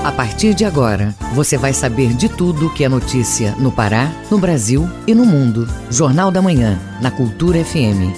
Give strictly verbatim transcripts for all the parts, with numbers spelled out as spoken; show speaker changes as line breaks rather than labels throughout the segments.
A partir de agora, você vai saber de tudo que é notícia no Pará, no Brasil e no mundo. Jornal da Manhã, na Cultura F M.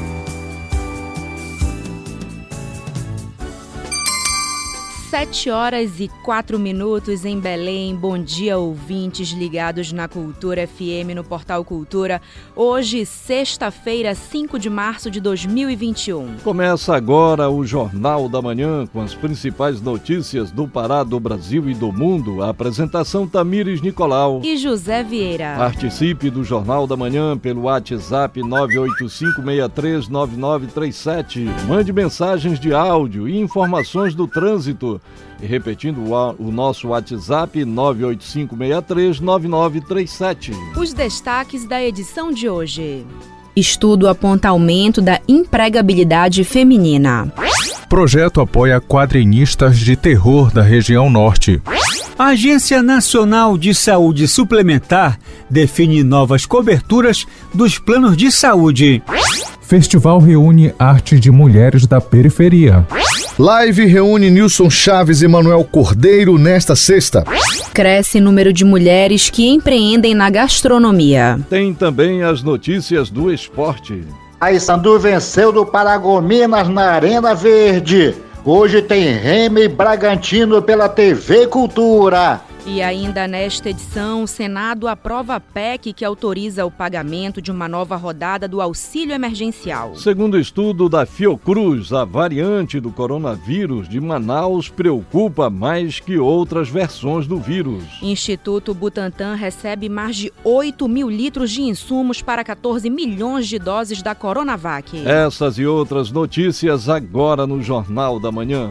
Sete horas e quatro minutos em Belém. Bom dia, ouvintes ligados na Cultura F M, no Portal Cultura. Hoje, sexta-feira, cinco de março de dois mil e vinte e um.
Começa agora o Jornal da Manhã com as principais notícias do Pará, do Brasil e do mundo. A apresentação Tamires Nicolau
e José Vieira.
Participe do Jornal da Manhã pelo WhatsApp nove oito cinco, seis três nove nove três sete. Mande mensagens de áudio e informações do trânsito. E repetindo o nosso WhatsApp nove oito cinco, seis três nove nove três sete.
Os destaques da edição de hoje. Estudo aponta aumento da empregabilidade feminina.
Projeto apoia quadrinistas de terror da região norte.
A Agência Nacional de Saúde Suplementar define novas coberturas dos planos de saúde.
Festival reúne arte de mulheres da periferia.
Live reúne Nilson Chaves e Manuel Cordeiro nesta sexta.
Cresce número de mulheres que empreendem na gastronomia.
Tem também as notícias do esporte.
Paysandu venceu do Paragominas na Arena Verde. Hoje tem Remy e Bragantino pela T V Cultura.
E ainda nesta edição, o Senado aprova a P E C que autoriza o pagamento de uma nova rodada do auxílio emergencial.
Segundo estudo da Fiocruz, a variante do coronavírus de Manaus preocupa mais que outras versões do vírus.
Instituto Butantan recebe mais de oito mil litros de insumos para catorze milhões de doses da Coronavac.
Essas e outras notícias agora no Jornal da Manhã.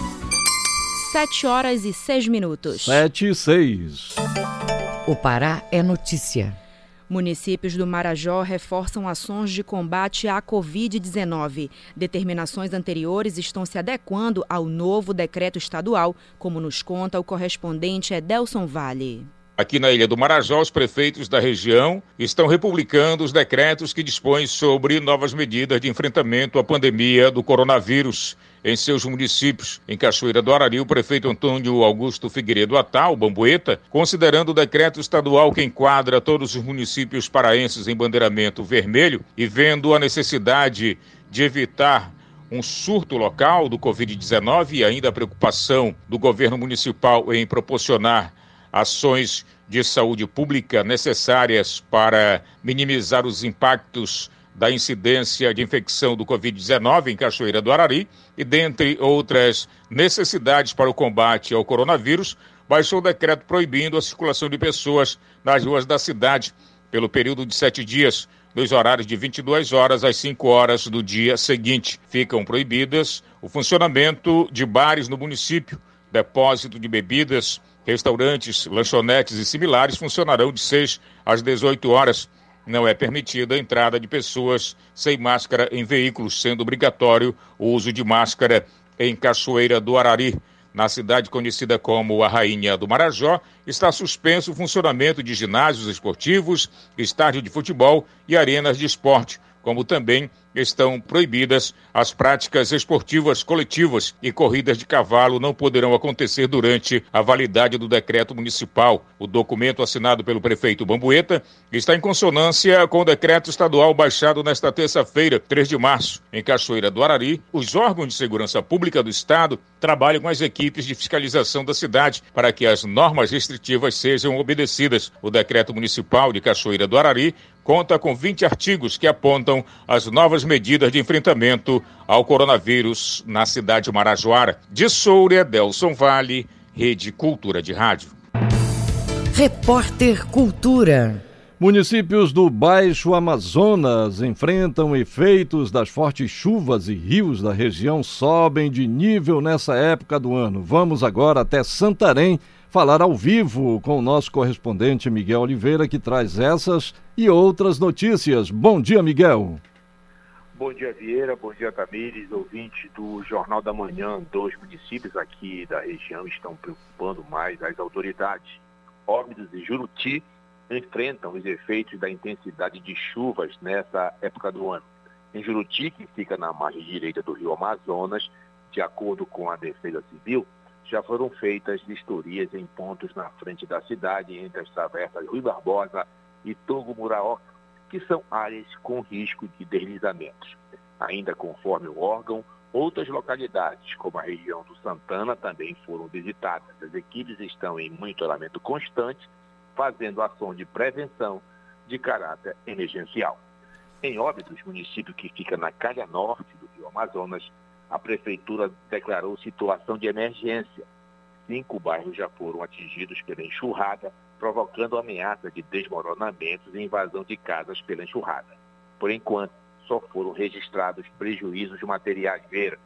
Sete horas e seis minutos.
Sete e seis.
O Pará é notícia.
Municípios do Marajó reforçam ações de combate à covid dezenove. Determinações anteriores estão se adequando ao novo decreto estadual, como nos conta o correspondente Edelson Vale.
Aqui na Ilha do Marajó, os prefeitos da região estão republicando os decretos que dispõem sobre novas medidas de enfrentamento à pandemia do coronavírus em seus municípios. Em Cachoeira do Arari, o prefeito Antônio Augusto Figueiredo Attal, Bambueta, considerando o decreto estadual que enquadra todos os municípios paraenses em bandeiramento vermelho e vendo a necessidade de evitar um surto local do covid dezenove e ainda a preocupação do governo municipal em proporcionar ações de saúde pública necessárias para minimizar os impactos da incidência de infecção do covid dezenove em Cachoeira do Arari e, dentre outras necessidades para o combate ao coronavírus, baixou o decreto proibindo a circulação de pessoas nas ruas da cidade pelo período de sete dias, nos horários de vinte e duas horas às cinco horas do dia seguinte. Ficam proibidas o funcionamento de bares no município, depósito de bebidas, restaurantes, lanchonetes e similares funcionarão de seis às dezoito horas. Não é permitida a entrada de pessoas sem máscara em veículos, sendo obrigatório o uso de máscara em Cachoeira do Arari. Na cidade conhecida como a Rainha do Marajó, está suspenso o funcionamento de ginásios esportivos, estádio de futebol e arenas de esporte, como também estão proibidas as práticas esportivas coletivas e corridas de cavalo não poderão acontecer durante a validade do decreto municipal. O documento assinado pelo prefeito Bambueta está em consonância com o decreto estadual baixado nesta terça-feira, três de março. Em Cachoeira do Arari, os órgãos de segurança pública do estado trabalham com as equipes de fiscalização da cidade para que as normas restritivas sejam obedecidas. O decreto municipal de Cachoeira do Arari conta com vinte artigos que apontam as novas medidas de enfrentamento ao coronavírus na cidade de Marajoara. De Soura, Delson Vale, Rede Cultura de Rádio.
Repórter Cultura.
Municípios do Baixo Amazonas enfrentam efeitos das fortes chuvas e rios da região sobem de nível nessa época do ano. Vamos agora até Santarém falar ao vivo com o nosso correspondente Miguel Oliveira, que traz essas e outras notícias. Bom dia, Miguel.
Bom dia, Vieira. Bom dia, Tamires, ouvintes do Jornal da Manhã. Dois municípios aqui da região estão preocupando mais as autoridades. Óbidos e Juruti enfrentam os efeitos da intensidade de chuvas nessa época do ano. Em Juruti, que fica na margem direita do rio Amazonas, de acordo com a Defesa Civil, já foram feitas vistorias em pontos na frente da cidade, entre as travessas Rui Barbosa e Togo Muraoka, que são áreas com risco de deslizamentos. Ainda conforme o órgão, outras localidades, como a região do Santana, também foram visitadas. As equipes estão em monitoramento constante, fazendo ação de prevenção de caráter emergencial. Em Óbidos, município que fica na calha norte do Rio Amazonas, a Prefeitura declarou situação de emergência. Cinco bairros já foram atingidos pela enxurrada, provocando ameaça de desmoronamentos e invasão de casas pela enxurrada. Por enquanto, só foram registrados prejuízos materiais. Vera.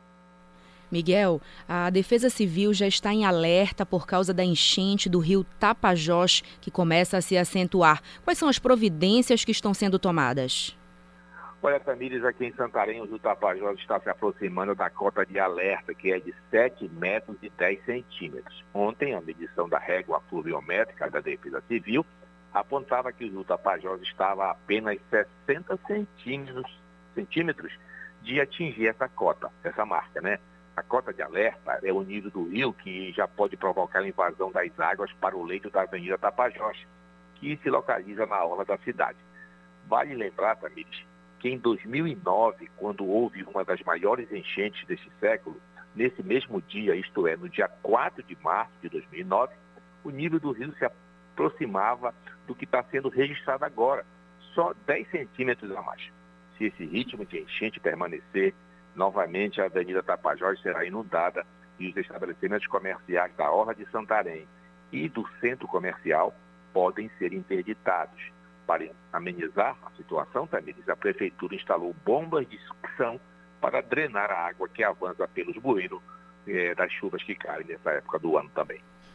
Miguel, a Defesa Civil já está em alerta por causa da enchente do rio Tapajós, que começa a se acentuar. Quais são as providências que estão sendo tomadas?
Olha, Tamires, aqui em Santarém, o rio Tapajós está se aproximando da cota de alerta, que é de sete metros e dez centímetros. Ontem, a medição da régua pluviométrica da Defesa Civil apontava que o rio Tapajós estava a apenas sessenta centímetros, centímetros de atingir essa cota, essa marca, né? A cota de alerta é o nível do rio que já pode provocar a invasão das águas para o leito da Avenida Tapajós, que se localiza na orla da cidade. Vale lembrar, Tamires, que em dois mil e nove, quando houve uma das maiores enchentes deste século, nesse mesmo dia, isto é, no dia quatro de março de dois mil e nove, o nível do rio se aproximava do que está sendo registrado agora, só dez centímetros a mais. Se esse ritmo de enchente permanecer, novamente a Avenida Tapajós será inundada e os estabelecimentos comerciais da Orla de Santarém e do centro comercial podem ser interditados. Para amenizar a situação, Tamires, a Prefeitura instalou bombas de sucção para drenar a água que avança pelos bueiros eh, das chuvas que caem nessa época do ano também.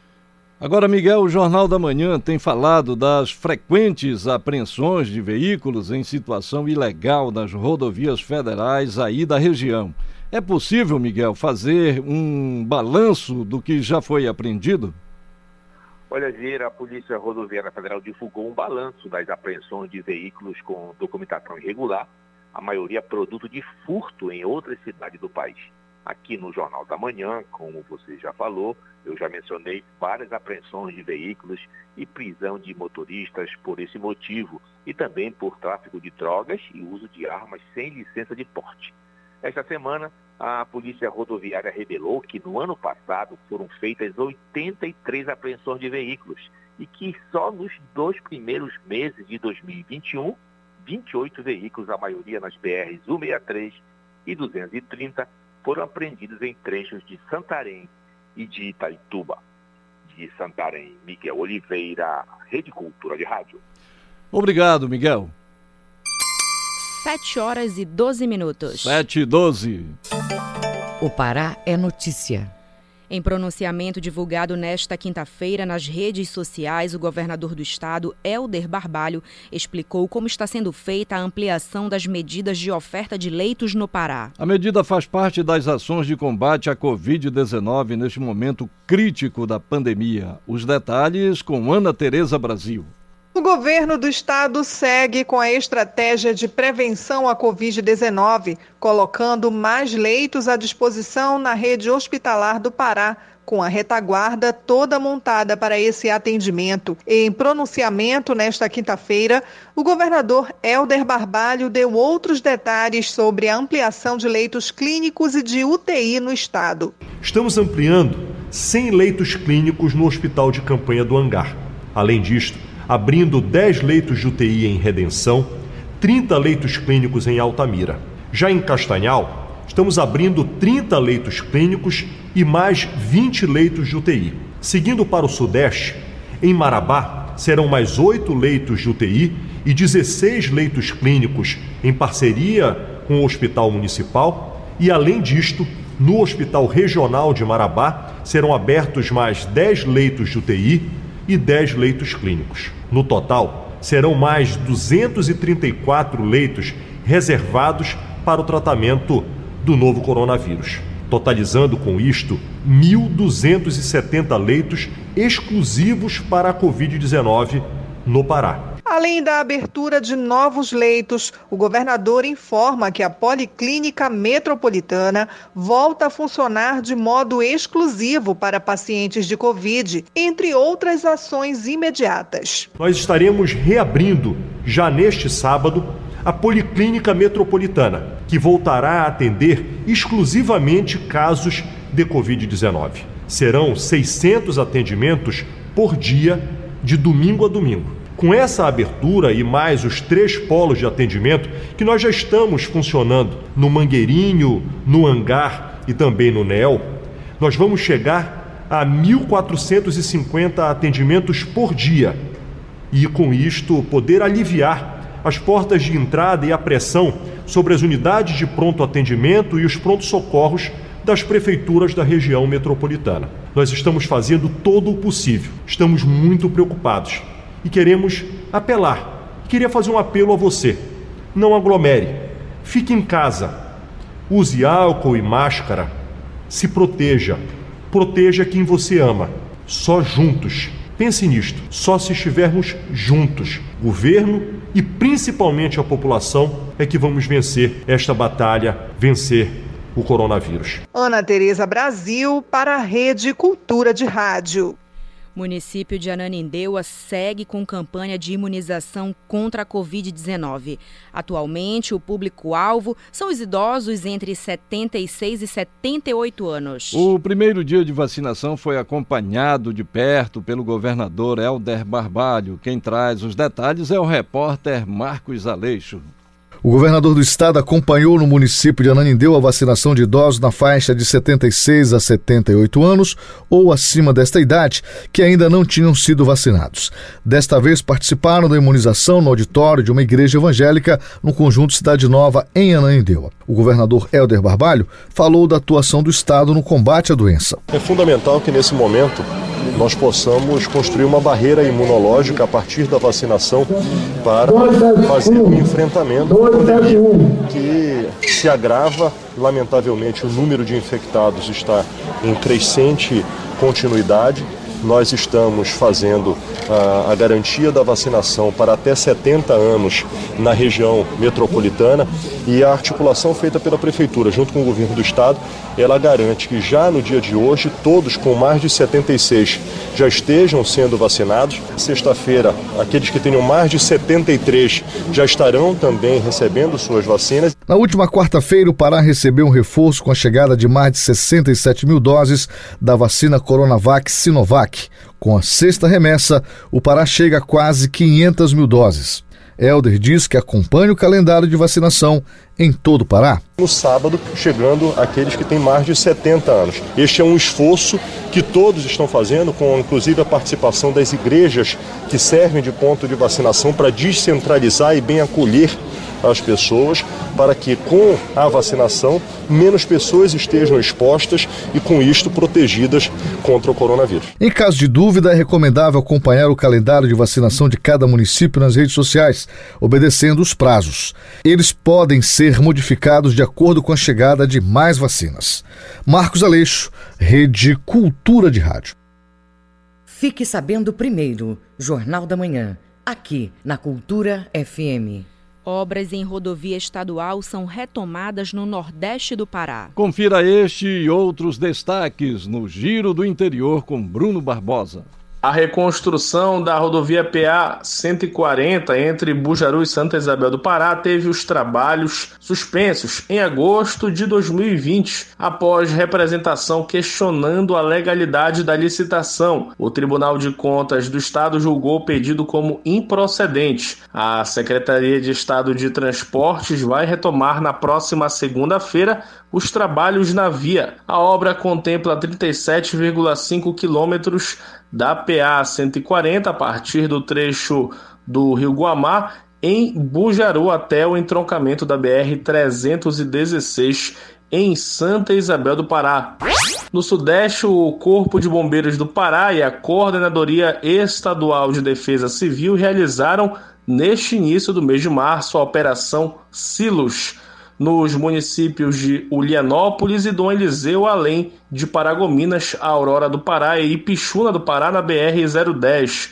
Agora, Miguel, o Jornal da Manhã tem falado das frequentes apreensões de veículos em situação ilegal nas rodovias federais aí da região. É possível, Miguel, fazer um balanço do que já foi apreendido?
Olha, Vieira, a Polícia Rodoviária Federal divulgou um balanço das apreensões de veículos com documentação irregular, a maioria produto de furto em outras cidades do país. Aqui no Jornal da Manhã, como você já falou, eu já mencionei várias apreensões de veículos e prisão de motoristas por esse motivo, e também por tráfico de drogas e uso de armas sem licença de porte. Esta semana, a Polícia Rodoviária revelou que no ano passado foram feitas oitenta e três apreensões de veículos e que só nos dois primeiros meses de dois mil e vinte e um, vinte e oito veículos, a maioria nas B Rs cento e sessenta e três e duzentos e trinta, foram apreendidos em trechos de Santarém e de Itaituba. De Santarém, Miguel Oliveira, Rede Cultura de Rádio.
Obrigado, Miguel.
sete horas e doze minutos.
sete e doze.
O Pará é notícia.
Em pronunciamento divulgado nesta quinta-feira nas redes sociais, o governador do estado, Helder Barbalho, explicou como está sendo feita a ampliação das medidas de oferta de leitos no Pará.
A medida faz parte das ações de combate à covid dezenove neste momento crítico da pandemia. Os detalhes com Ana Tereza Brasil.
O governo do estado segue com a estratégia de prevenção à covid dezenove, colocando mais leitos à disposição na rede hospitalar do Pará, com a retaguarda toda montada para esse atendimento. Em pronunciamento nesta quinta-feira, o governador Helder Barbalho deu outros detalhes sobre a ampliação de leitos clínicos e de U T I no estado.
Estamos ampliando cem leitos clínicos no Hospital de Campanha do Hangar. Além disto, abrindo dez leitos de U T I em Redenção, trinta leitos clínicos em Altamira. Já em Castanhal, estamos abrindo trinta leitos clínicos e mais vinte leitos de U T I. Seguindo para o Sudeste, em Marabá, serão mais oito leitos de U T I e dezesseis leitos clínicos em parceria com o Hospital Municipal. E, além disto, no Hospital Regional de Marabá, serão abertos mais dez leitos de U T I e dez leitos clínicos. No total, serão mais duzentos e trinta e quatro leitos reservados para o tratamento do novo coronavírus, totalizando com isto mil duzentos e setenta leitos exclusivos para a covid dezenove no Pará.
Além da abertura de novos leitos, o governador informa que a Policlínica Metropolitana volta a funcionar de modo exclusivo para pacientes de Covid, entre outras ações imediatas.
Nós estaremos reabrindo, já neste sábado, a Policlínica Metropolitana, que voltará a atender exclusivamente casos de covid dezenove. Serão seiscentos atendimentos por dia, de domingo a domingo. Com essa abertura e mais os três polos de atendimento que nós já estamos funcionando no Mangueirinho, no Hangar e também no N E L, nós vamos chegar a mil quatrocentos e cinquenta atendimentos por dia e, com isto, poder aliviar as portas de entrada e a pressão sobre as unidades de pronto atendimento e os prontos-socorros das prefeituras da região metropolitana. Nós estamos fazendo todo o possível, estamos muito preocupados. E queremos apelar, queria fazer um apelo a você. Não aglomere, fique em casa, use álcool e máscara, se proteja, proteja quem você ama, só juntos. Pense nisto, só se estivermos juntos, governo e principalmente a população, é que vamos vencer esta batalha, vencer o coronavírus.
Ana Tereza Brasil para a Rede Cultura de Rádio.
Município de Ananindeua segue com campanha de imunização contra a covid dezenove. Atualmente, o público-alvo são os idosos entre setenta e seis e setenta e oito anos.
O primeiro dia de vacinação foi acompanhado de perto pelo governador Helder Barbalho. Quem traz os detalhes é o repórter Marcos Aleixo.
O governador do estado acompanhou no município de Ananindeua a vacinação de idosos na faixa de setenta e seis a setenta e oito anos ou acima desta idade que ainda não tinham sido vacinados. Desta vez participaram da imunização no auditório de uma igreja evangélica no conjunto Cidade Nova, em Ananindeua. O governador Helder Barbalho falou da atuação do estado no combate à doença.
É fundamental que nesse momento nós possamos construir uma barreira imunológica a partir da vacinação para fazer um enfrentamento que se agrava. Lamentavelmente, o número de infectados está em crescente continuidade. Nós estamos fazendo a, a garantia da vacinação para até setenta anos na região metropolitana e a articulação feita pela Prefeitura junto com o Governo do Estado, ela garante que já no dia de hoje todos com mais de setenta e seis já estejam sendo vacinados. Sexta-feira, aqueles que tenham mais de setenta e três já estarão também recebendo suas vacinas.
Na última quarta-feira, o Pará recebeu um reforço com a chegada de mais de sessenta e sete mil doses da vacina Coronavac Sinovac. Com a sexta remessa, o Pará chega a quase quinhentas mil doses. Helder diz que acompanha o calendário de vacinação em todo o Pará.
No sábado, chegando aqueles que têm mais de setenta anos. Este é um esforço que todos estão fazendo, com inclusive a participação das igrejas que servem de ponto de vacinação para descentralizar e bem acolher as pessoas, para que com a vacinação menos pessoas estejam expostas e com isto protegidas contra o coronavírus.
Em caso de dúvida, é recomendável acompanhar o calendário de vacinação de cada município nas redes sociais, obedecendo os prazos. Eles podem ser modificados de acordo com a chegada de mais vacinas. Marcos Aleixo, Rede Cultura de Rádio.
Fique sabendo primeiro, Jornal da Manhã, aqui na Cultura F M.
Obras em rodovia estadual são retomadas no Nordeste do Pará.
Confira este e outros destaques no Giro do Interior com Bruno Barbosa.
A reconstrução da rodovia P A cento e quarenta entre Bujaru e Santa Isabel do Pará teve os trabalhos suspensos em agosto de dois mil e vinte, após representação questionando a legalidade da licitação. O Tribunal de Contas do Estado julgou o pedido como improcedente. A Secretaria de Estado de Transportes vai retomar na próxima segunda-feira os trabalhos na via. A obra contempla trinta e sete vírgula cinco quilômetros da P A cento e quarenta a partir do trecho do Rio Guamá em Bujaru até o entroncamento da B R trezentos e dezesseis em Santa Isabel do Pará. No Sudeste, o Corpo de Bombeiros do Pará e a Coordenadoria Estadual de Defesa Civil realizaram neste início do mês de março a Operação Silos, nos municípios de Ulianópolis e Dom Eliseu, além de Paragominas, Aurora do Pará e Ipixuna do Pará na B R zero dez.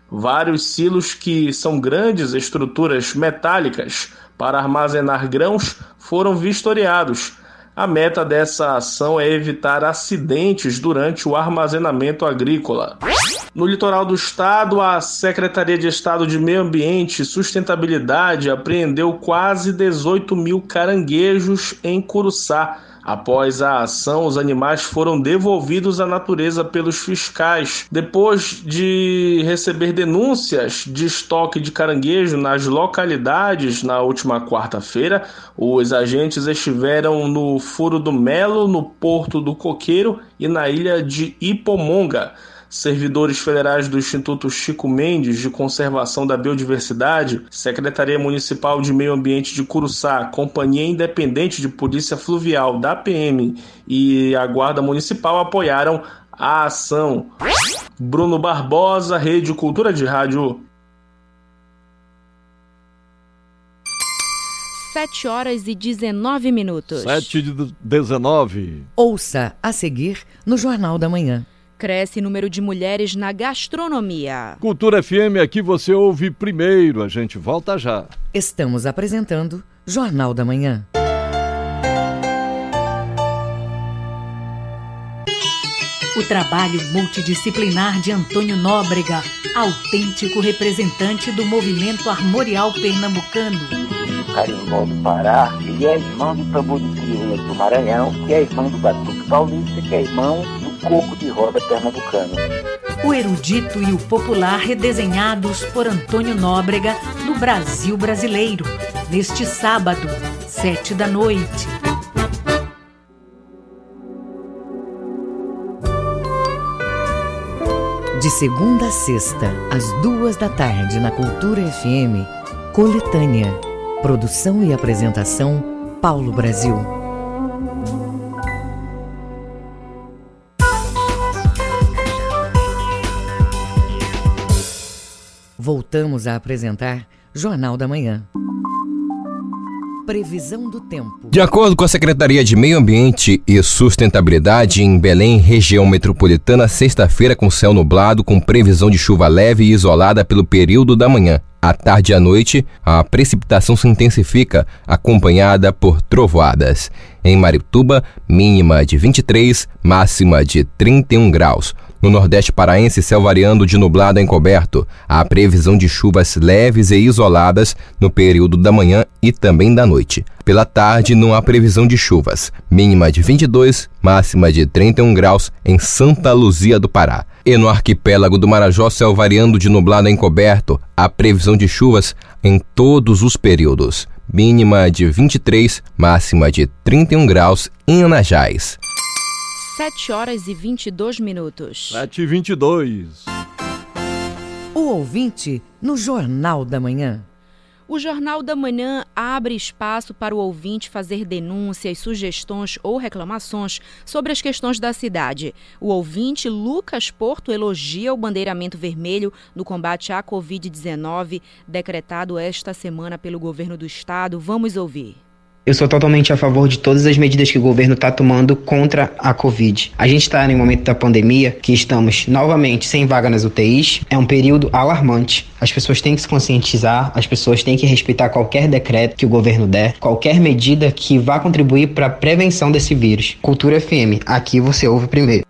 Vários silos, que são grandes estruturas metálicas para armazenar grãos, foram vistoriados. A meta dessa ação é evitar acidentes durante o armazenamento agrícola. No litoral do estado, a Secretaria de Estado de Meio Ambiente e Sustentabilidade apreendeu quase dezoito mil caranguejos em Curuçá. Após a ação, os animais foram devolvidos à natureza pelos fiscais. Depois de receber denúncias de estoque de caranguejo nas localidades na última quarta-feira, os agentes estiveram no Furo do Melo, no Porto do Coqueiro e na ilha de Ipomonga. Servidores federais do Instituto Chico Mendes de Conservação da Biodiversidade, Secretaria Municipal de Meio Ambiente de Curuçá, Companhia Independente de Polícia Fluvial da P M e a Guarda Municipal apoiaram a ação. Bruno Barbosa, Rede Cultura de Rádio.
sete horas e dezenove minutos.
sete e dezenove.
Ouça a seguir no Jornal da Manhã.
Cresce número de mulheres na gastronomia.
Cultura F M, aqui você ouve primeiro. A gente volta já.
Estamos apresentando Jornal da Manhã.
O trabalho multidisciplinar de Antônio Nóbrega, autêntico representante do movimento armorial pernambucano.
Carimbó do Pará, ele é irmão do tambor de crioula do Maranhão, que é irmão do batuque paulista, que é irmão do coco de roda pernambucano.
O erudito e o popular redesenhados por Antônio Nóbrega no Brasil brasileiro, neste sábado, sete da noite.
De segunda a sexta, às duas da tarde, na Cultura F M, Coletânea. Produção e apresentação, Paulo Brasil. Voltamos a apresentar Jornal da Manhã. Previsão do tempo.
De acordo com a Secretaria de Meio Ambiente e Sustentabilidade, em Belém, região metropolitana, sexta-feira com céu nublado, com previsão de chuva leve e isolada pelo período da manhã. À tarde e à noite, a precipitação se intensifica, acompanhada por trovoadas. Em Marituba, mínima de vinte e três, máxima de trinta e um graus. No Nordeste paraense, céu variando de nublado a encoberto. Há previsão de chuvas leves e isoladas no período da manhã e também da noite. Pela tarde, não há previsão de chuvas. Mínima de vinte e dois, máxima de trinta e um graus em Santa Luzia do Pará. E no arquipélago do Marajó, céu variando de nublado a encoberto. Há previsão de chuvas em todos os períodos. Mínima de vinte e três, máxima de trinta e um graus em Anajás.
sete horas e vinte e dois minutos.
sete e vinte e dois.
O ouvinte no Jornal da Manhã.
O Jornal da Manhã abre espaço para o ouvinte fazer denúncias, sugestões ou reclamações sobre as questões da cidade. O ouvinte Lucas Porto elogia o bandeiramento vermelho no combate à covid dezenove, decretado esta semana pelo governo do estado. Vamos ouvir.
Eu sou totalmente a favor de todas as medidas que o governo está tomando contra a Covid. A gente está em um momento da pandemia que estamos novamente sem vaga nas U T Is. É um período alarmante. As pessoas têm que se conscientizar, as pessoas têm que respeitar qualquer decreto que o governo der, qualquer medida que vá contribuir para a prevenção desse vírus. Cultura F M, aqui você ouve primeiro.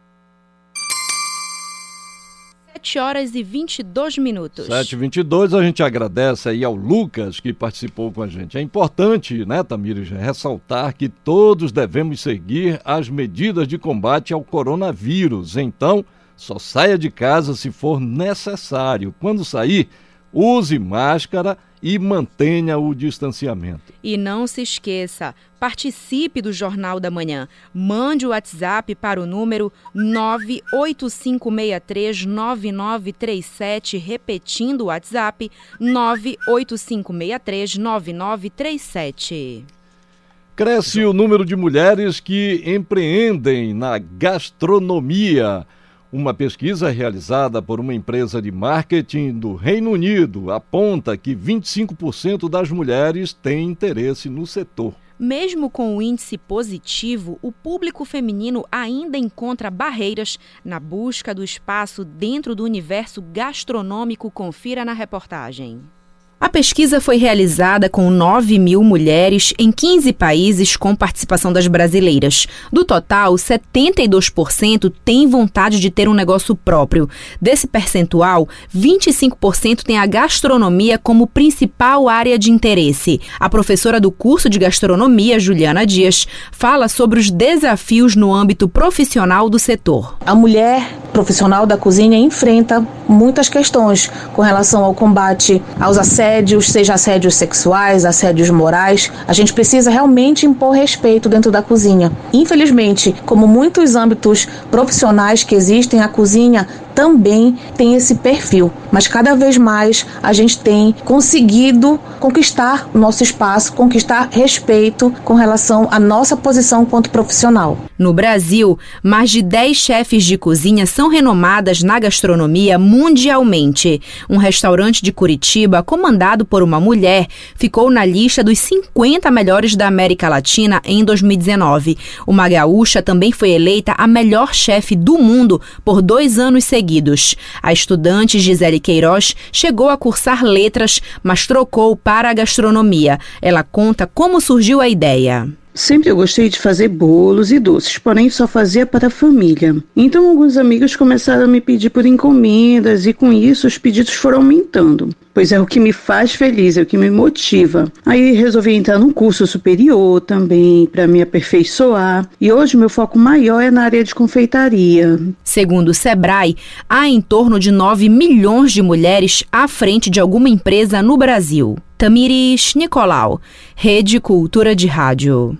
sete horas e vinte e dois minutos.
sete e vinte e dois, a gente agradece aí ao Lucas que participou com a gente. É importante, né, Tamires, ressaltar que todos devemos seguir as medidas de combate ao coronavírus. Então, só saia de casa se for necessário. Quando sair, use máscara e mantenha o distanciamento.
E não se esqueça, participe do Jornal da Manhã. Mande o WhatsApp para o número nove oito cinco seis três nove nove três sete, repetindo o WhatsApp nove oito cinco seis três nove nove três sete.
Cresce o número de mulheres que empreendem na gastronomia. Uma pesquisa realizada por uma empresa de marketing do Reino Unido aponta que vinte e cinco por cento das mulheres têm interesse no setor.
Mesmo com o índice positivo, o público feminino ainda encontra barreiras na busca do espaço dentro do universo gastronômico. Confira na reportagem. A pesquisa foi realizada com nove mil mulheres em quinze países com participação das brasileiras. Do total, setenta e dois por cento têm vontade de ter um negócio próprio. Desse percentual, vinte e cinco por cento tem a gastronomia como principal área de interesse. A professora do curso de gastronomia, Juliana Dias, fala sobre os desafios no âmbito profissional do setor.
A mulher profissional da cozinha enfrenta muitas questões com relação ao combate aos assédios, seja assédios sexuais, assédios morais. A gente precisa realmente impor respeito dentro da cozinha. Infelizmente, como muitos âmbitos profissionais que existem, a cozinha também tem esse perfil, mas cada vez mais a gente tem conseguido conquistar o nosso espaço, conquistar respeito com relação à nossa posição enquanto profissional.
No Brasil, mais de dez chefes de cozinha são renomadas na gastronomia mundialmente. Um restaurante de Curitiba, comandado por uma mulher, ficou na lista dos cinquenta melhores da América Latina em dois mil e dezenove. Uma gaúcha também foi eleita a melhor chefe do mundo por dois anos seguidos. A estudante Gisele Queiroz chegou a cursar letras, mas trocou para a gastronomia. Ela conta como surgiu a ideia.
Sempre eu gostei de fazer bolos e doces, porém só fazia para a família. Então alguns amigos começaram a me pedir por encomendas e com isso os pedidos foram aumentando. Pois é o que me faz feliz, é o que me motiva. Aí resolvi entrar num curso superior também para me aperfeiçoar e hoje meu foco maior é na área de confeitaria.
Segundo o Sebrae, há em torno de nove milhões de mulheres à frente de alguma empresa no Brasil. Tamires Nicolau, Rede Cultura de Rádio.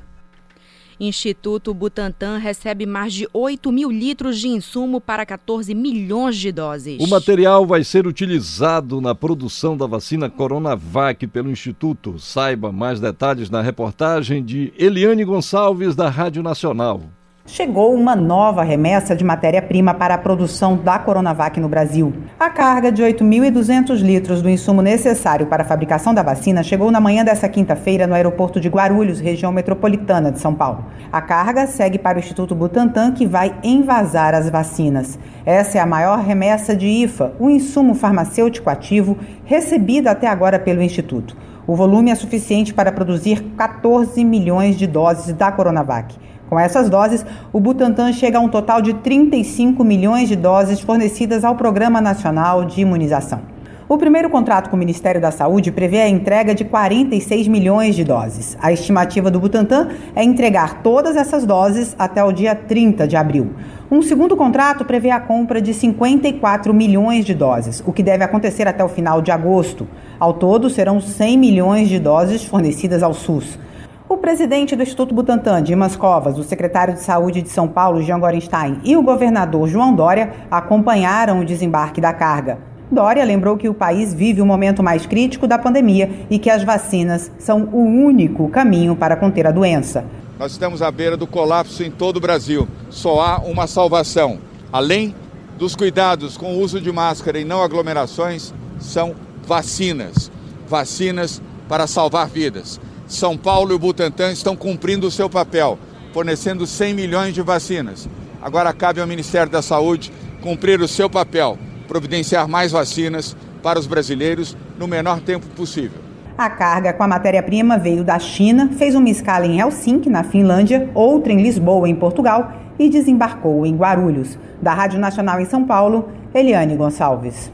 Instituto Butantan recebe mais de oito mil litros de insumo para catorze milhões de doses.
O material vai ser utilizado na produção da vacina Coronavac pelo Instituto. Saiba mais detalhes na reportagem de Eliane Gonçalves, da Rádio Nacional.
Chegou uma nova remessa de matéria-prima para a produção da Coronavac no Brasil. A carga de oito mil e duzentos litros do insumo necessário para a fabricação da vacina chegou na manhã desta quinta-feira no aeroporto de Guarulhos, região metropolitana de São Paulo. A carga segue para o Instituto Butantan, que vai envasar as vacinas. Essa é a maior remessa de I F A, o insumo farmacêutico ativo, recebida até agora pelo Instituto. O volume é suficiente para produzir catorze milhões de doses da Coronavac. Com essas doses, o Butantan chega a um total de trinta e cinco milhões de doses fornecidas ao Programa Nacional de Imunização. O primeiro contrato com o Ministério da Saúde prevê a entrega de quarenta e seis milhões de doses. A estimativa do Butantan é entregar todas essas doses até o dia trinta de abril. Um segundo contrato prevê a compra de cinquenta e quatro milhões de doses, o que deve acontecer até o final de agosto. Ao todo, serão cem milhões de doses fornecidas ao SUS. O presidente do Instituto Butantan, Dimas Covas, o secretário de Saúde de São Paulo, Jean Gorenstein, e o governador João Dória acompanharam o desembarque da carga. Dória lembrou que o país vive o momento mais crítico da pandemia e que as vacinas são o único caminho para conter a doença.
Nós estamos à beira do colapso em todo o Brasil. Só há uma salvação. Além dos cuidados com o uso de máscara e não aglomerações, são vacinas. Vacinas para salvar vidas. São Paulo e o Butantan estão cumprindo o seu papel, fornecendo cem milhões de vacinas. Agora cabe ao Ministério da Saúde cumprir o seu papel, providenciar mais vacinas para os brasileiros no menor tempo possível.
A carga com a matéria-prima veio da China, fez uma escala em Helsinki, na Finlândia, outra em Lisboa, em Portugal, e desembarcou em Guarulhos. Da Rádio Nacional em São Paulo, Eliane Gonçalves.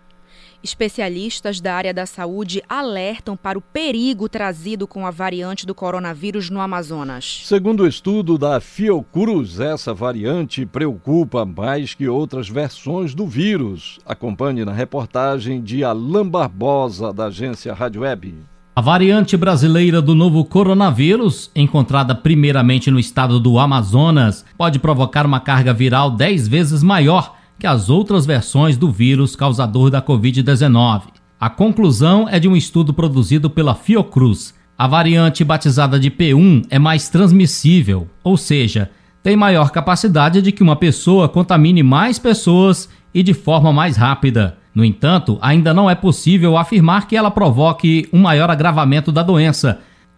Especialistas da área da saúde alertam para o perigo trazido com a variante do coronavírus no Amazonas.
Segundo o estudo da Fiocruz, essa variante preocupa mais que outras versões do vírus. Acompanhe na reportagem de Alain Barbosa, da agência Rádio Web.
A variante brasileira do novo coronavírus, encontrada primeiramente no estado do Amazonas, pode provocar uma carga viral dez vezes maior que as outras versões do vírus causador da covid dezenove. A conclusão é de um estudo produzido pela Fiocruz. A variante batizada de P um é mais transmissível, ou seja, tem maior capacidade de que uma pessoa contamine mais pessoas e de forma mais rápida. No entanto, ainda não é possível afirmar que ela provoque um maior agravamento da doença,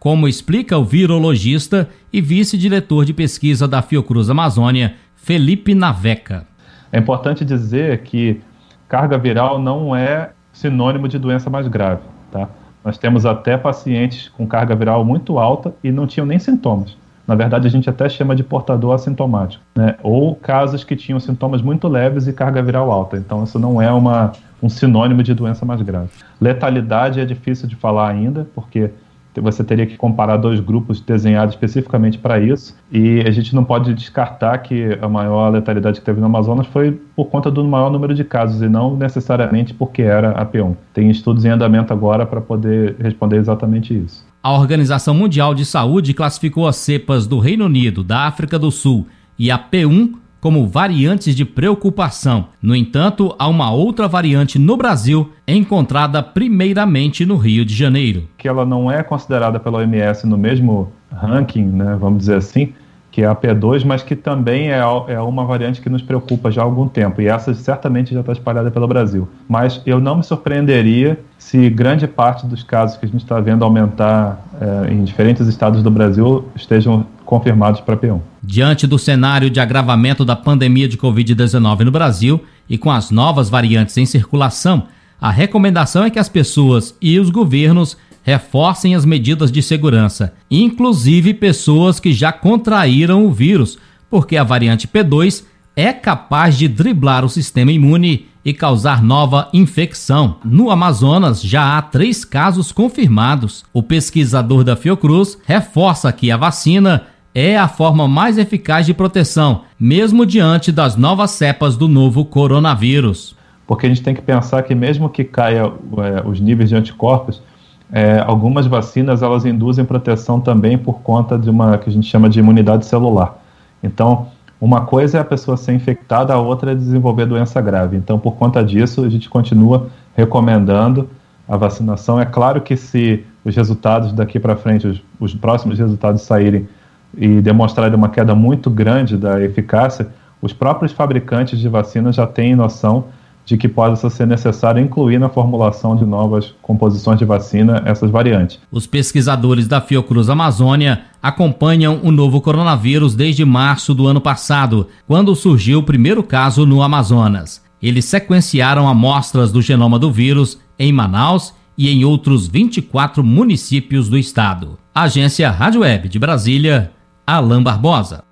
como explica o virologista e vice-diretor de pesquisa da Fiocruz Amazônia, Felipe Naveca.
É importante dizer que carga viral não é sinônimo de doença mais grave, tá? Nós temos até pacientes com carga viral muito alta e não tinham nem sintomas. Na verdade, a gente até chama de portador assintomático, né? Ou casos que tinham sintomas muito leves e carga viral alta. Então, isso não é uma, um sinônimo de doença mais grave. Letalidade é difícil de falar ainda, porque você teria que comparar dois grupos desenhados especificamente para isso, e a gente não pode descartar que a maior letalidade que teve no Amazonas foi por conta do maior número de casos e não necessariamente porque era A P um. Tem estudos em andamento agora para poder responder exatamente isso.
A Organização Mundial de Saúde classificou as cepas do Reino Unido, da África do Sul e a P um como variantes de preocupação. No entanto, há uma outra variante no Brasil, encontrada primeiramente no Rio de Janeiro.
Que ela não é considerada pela O M S no mesmo ranking, né, vamos dizer assim, que é a P dois, mas que também é, é uma variante que nos preocupa já há algum tempo, e essa certamente já está espalhada pelo Brasil. Mas eu não me surpreenderia se grande parte dos casos que a gente está vendo aumentar é, em diferentes estados do Brasil estejam confirmados para P um.
Diante do cenário de agravamento da pandemia de covid dezenove no Brasil e com as novas variantes em circulação, a recomendação é que as pessoas e os governos reforcem as medidas de segurança, inclusive pessoas que já contraíram o vírus, porque a variante P dois é capaz de driblar o sistema imune e causar nova infecção. No Amazonas já há três casos confirmados. O pesquisador da Fiocruz reforça que a vacina é a forma mais eficaz de proteção, mesmo diante das novas cepas do novo coronavírus.
Porque a gente tem que pensar que mesmo que caia é, os níveis de anticorpos, É, algumas vacinas elas induzem proteção também por conta de uma que a gente chama de imunidade celular. Então, uma coisa é a pessoa ser infectada, a outra é desenvolver doença grave. Então, por conta disso, a gente continua recomendando a vacinação. É claro que se os resultados daqui para frente, os, os próximos resultados saírem e demonstrarem uma queda muito grande da eficácia, os próprios fabricantes de vacinas já têm noção de que possa ser necessário incluir na formulação de novas composições de vacina essas variantes.
Os pesquisadores da Fiocruz Amazônia acompanham o novo coronavírus desde março do ano passado, quando surgiu o primeiro caso no Amazonas. Eles sequenciaram amostras do genoma do vírus em Manaus e em outros vinte e quatro municípios do estado. Agência Rádio Web de Brasília, Alain Barbosa.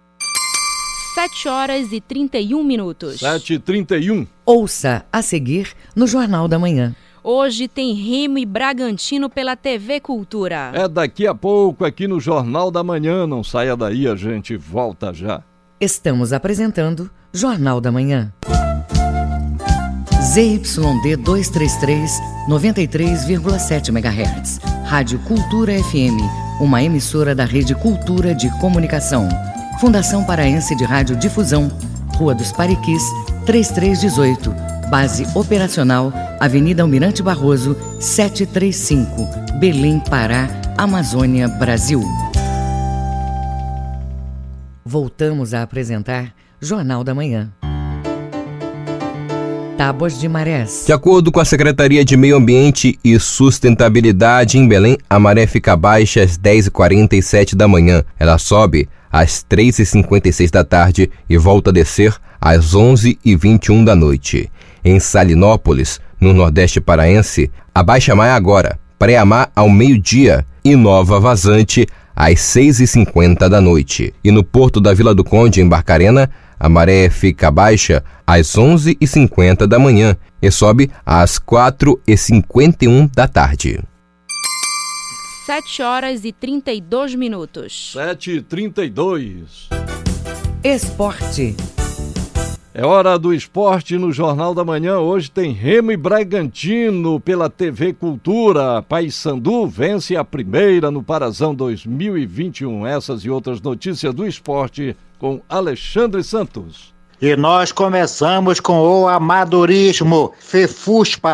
sete horas e trinta e um minutos.
sete e trinta e um.
Ouça a seguir no Jornal da Manhã.
Hoje tem Remo e Bragantino pela T V Cultura.
É daqui a pouco aqui no Jornal da Manhã. Não saia daí, a gente volta já.
Estamos apresentando Jornal da Manhã. Z Y D duzentos e trinta e três, noventa e três vírgula sete megahertz. Rádio Cultura F M, uma emissora da Rede Cultura de Comunicação. Fundação Paraense de Rádio Difusão, Rua dos Pariquis, três três um oito. Base operacional, Avenida Almirante Barroso, setecentos e trinta e cinco, Belém, Pará, Amazônia, Brasil. Voltamos a apresentar Jornal da Manhã. Tábuas de marés.
De acordo com a Secretaria de Meio Ambiente e Sustentabilidade em Belém, a maré fica baixa às dez e quarenta e sete da manhã. Ela sobe às três e cinquenta e seis da tarde e volta a descer às onze e vinte e um da noite. Em Salinópolis, no Nordeste Paraense, a baixa mar é agora, pré-mar ao meio-dia e nova vazante às seis e cinquenta da noite. E no porto da Vila do Conde, em Barcarena, a maré fica baixa às onze e cinquenta da manhã e sobe às quatro e cinquenta e um da tarde.
sete horas e trinta e dois minutos.
sete e trinta e dois.
Esporte.
É hora do esporte no Jornal da Manhã. Hoje tem Remo e Bragantino pela T V Cultura. Paysandu vence a primeira no Parazão dois mil e vinte e um. Essas e outras notícias do esporte com Alexandre Santos.
E nós começamos com o amadorismo. FEFUSPA,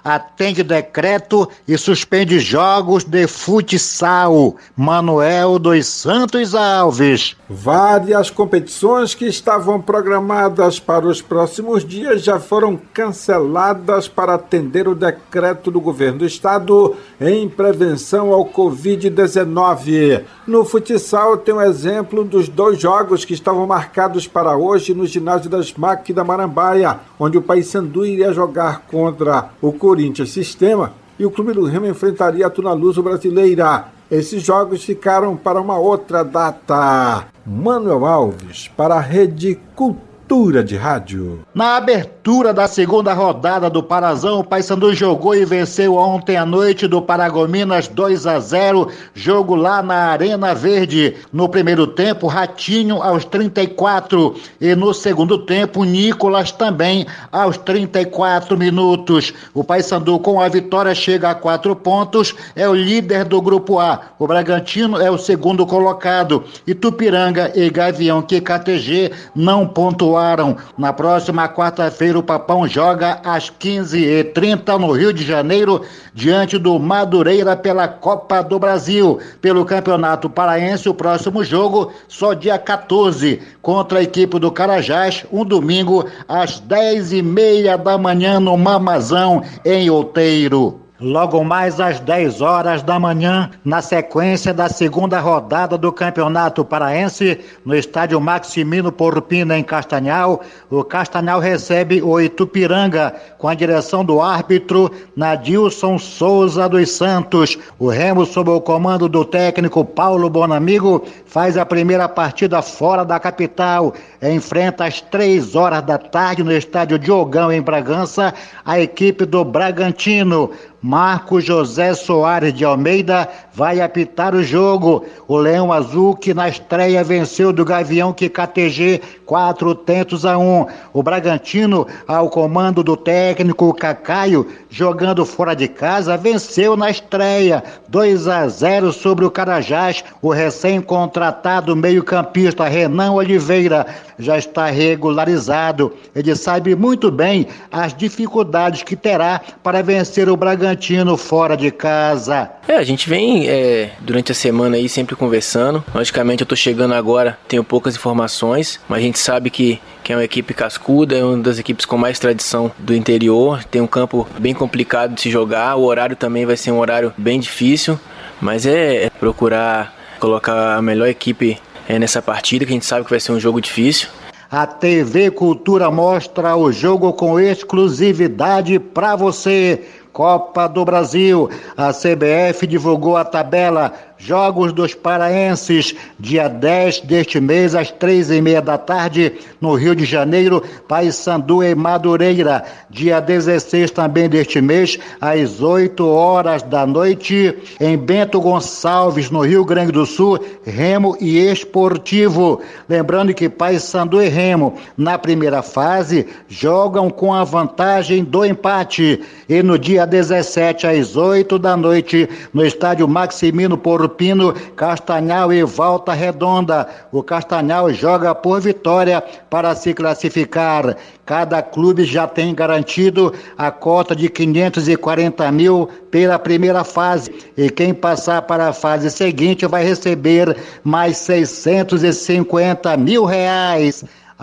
atende decreto e suspende jogos de futsal. Manuel dos Santos Alves.
Várias competições que estavam programadas para os próximos dias já foram canceladas para atender o decreto do governo do estado em prevenção ao covid dezenove. No futsal tem um exemplo dos dois jogos que estavam marcados para hoje no ginásio das Mac da Marambaia, onde o Paysandu iria jogar contra o Corinthians Sistema e o Clube do Remo enfrentaria a Tunaluso Brasileira. Esses jogos ficaram para uma outra data. Manuel Alves, para a Rede Cultura de Rádio.
Na abertura da segunda rodada do Parazão, o Paysandu jogou e venceu ontem à noite do Paragominas dois a zero, jogo lá na Arena Verde. No primeiro tempo, Ratinho aos trinta e quatro e no segundo tempo, Nicolas também aos trinta e quatro minutos. O Paysandu com a vitória chega a quatro pontos, é o líder do Grupo A. O Bragantino é o segundo colocado. Itupiranga e Gavião Q K T G não pontuaram. Na próxima quarta-feira, o Papão joga às quinze e trinta no Rio de Janeiro, diante do Madureira pela Copa do Brasil. Pelo Campeonato Paraense, o próximo jogo só dia quatorze, contra a equipe do Carajás, um domingo às dez e meia da manhã no Mamazão, em Outeiro. Logo mais às dez horas da manhã, na sequência da segunda rodada do Campeonato Paraense, no estádio Maximino Porpina, em Castanhal, o Castanhal recebe o Itupiranga, com a direção do árbitro Nadilson Souza dos Santos. O Remo, sob o comando do técnico Paulo Bonamigo, faz a primeira partida fora da capital. Enfrenta às três horas da tarde, no estádio Diogão, em Bragança, a equipe do Bragantino. Marco José Soares de Almeida vai apitar o jogo. O Leão Azul, que na estreia venceu do Gavião Q K T G quatro tentos a um. O Bragantino, ao comando do técnico Cacaio, jogando fora de casa, venceu na estreia dois a zero sobre o Carajás. O recém-contratado meio-campista Renan Oliveira já está regularizado. Ele sabe muito bem as dificuldades que terá para vencer o Bragantino fora de casa.
É, a gente vem é, durante a semana aí sempre conversando. Logicamente eu tô chegando agora, tenho poucas informações, mas a gente sabe que, que é uma equipe cascuda, é uma das equipes com mais tradição do interior, tem um campo bem complicado de se jogar, o horário também vai ser um horário bem difícil, mas é, é procurar colocar a melhor equipe é, nessa partida, que a gente sabe que vai ser um jogo difícil.
A T V Cultura mostra o jogo com exclusividade para você. Copa do Brasil. A C B F divulgou a tabela Jogos dos Paraenses, dia dez deste mês, às três e meia da tarde, no Rio de Janeiro, Paysandu e Madureira. Dia dezesseis também deste mês, às oito horas da noite, em Bento Gonçalves, no Rio Grande do Sul, Remo e Esportivo. Lembrando que Paysandu e Remo, na primeira fase, jogam com a vantagem do empate. E no dia dezessete, às oito da noite, no estádio Maximino Porpino, Castanhal e Volta Redonda. O Castanhal joga por vitória para se classificar. Cada clube já tem garantido a cota de quinhentos e quarenta mil pela primeira fase. E quem passar para a fase seguinte vai receber mais seiscentos e cinquenta mil reais.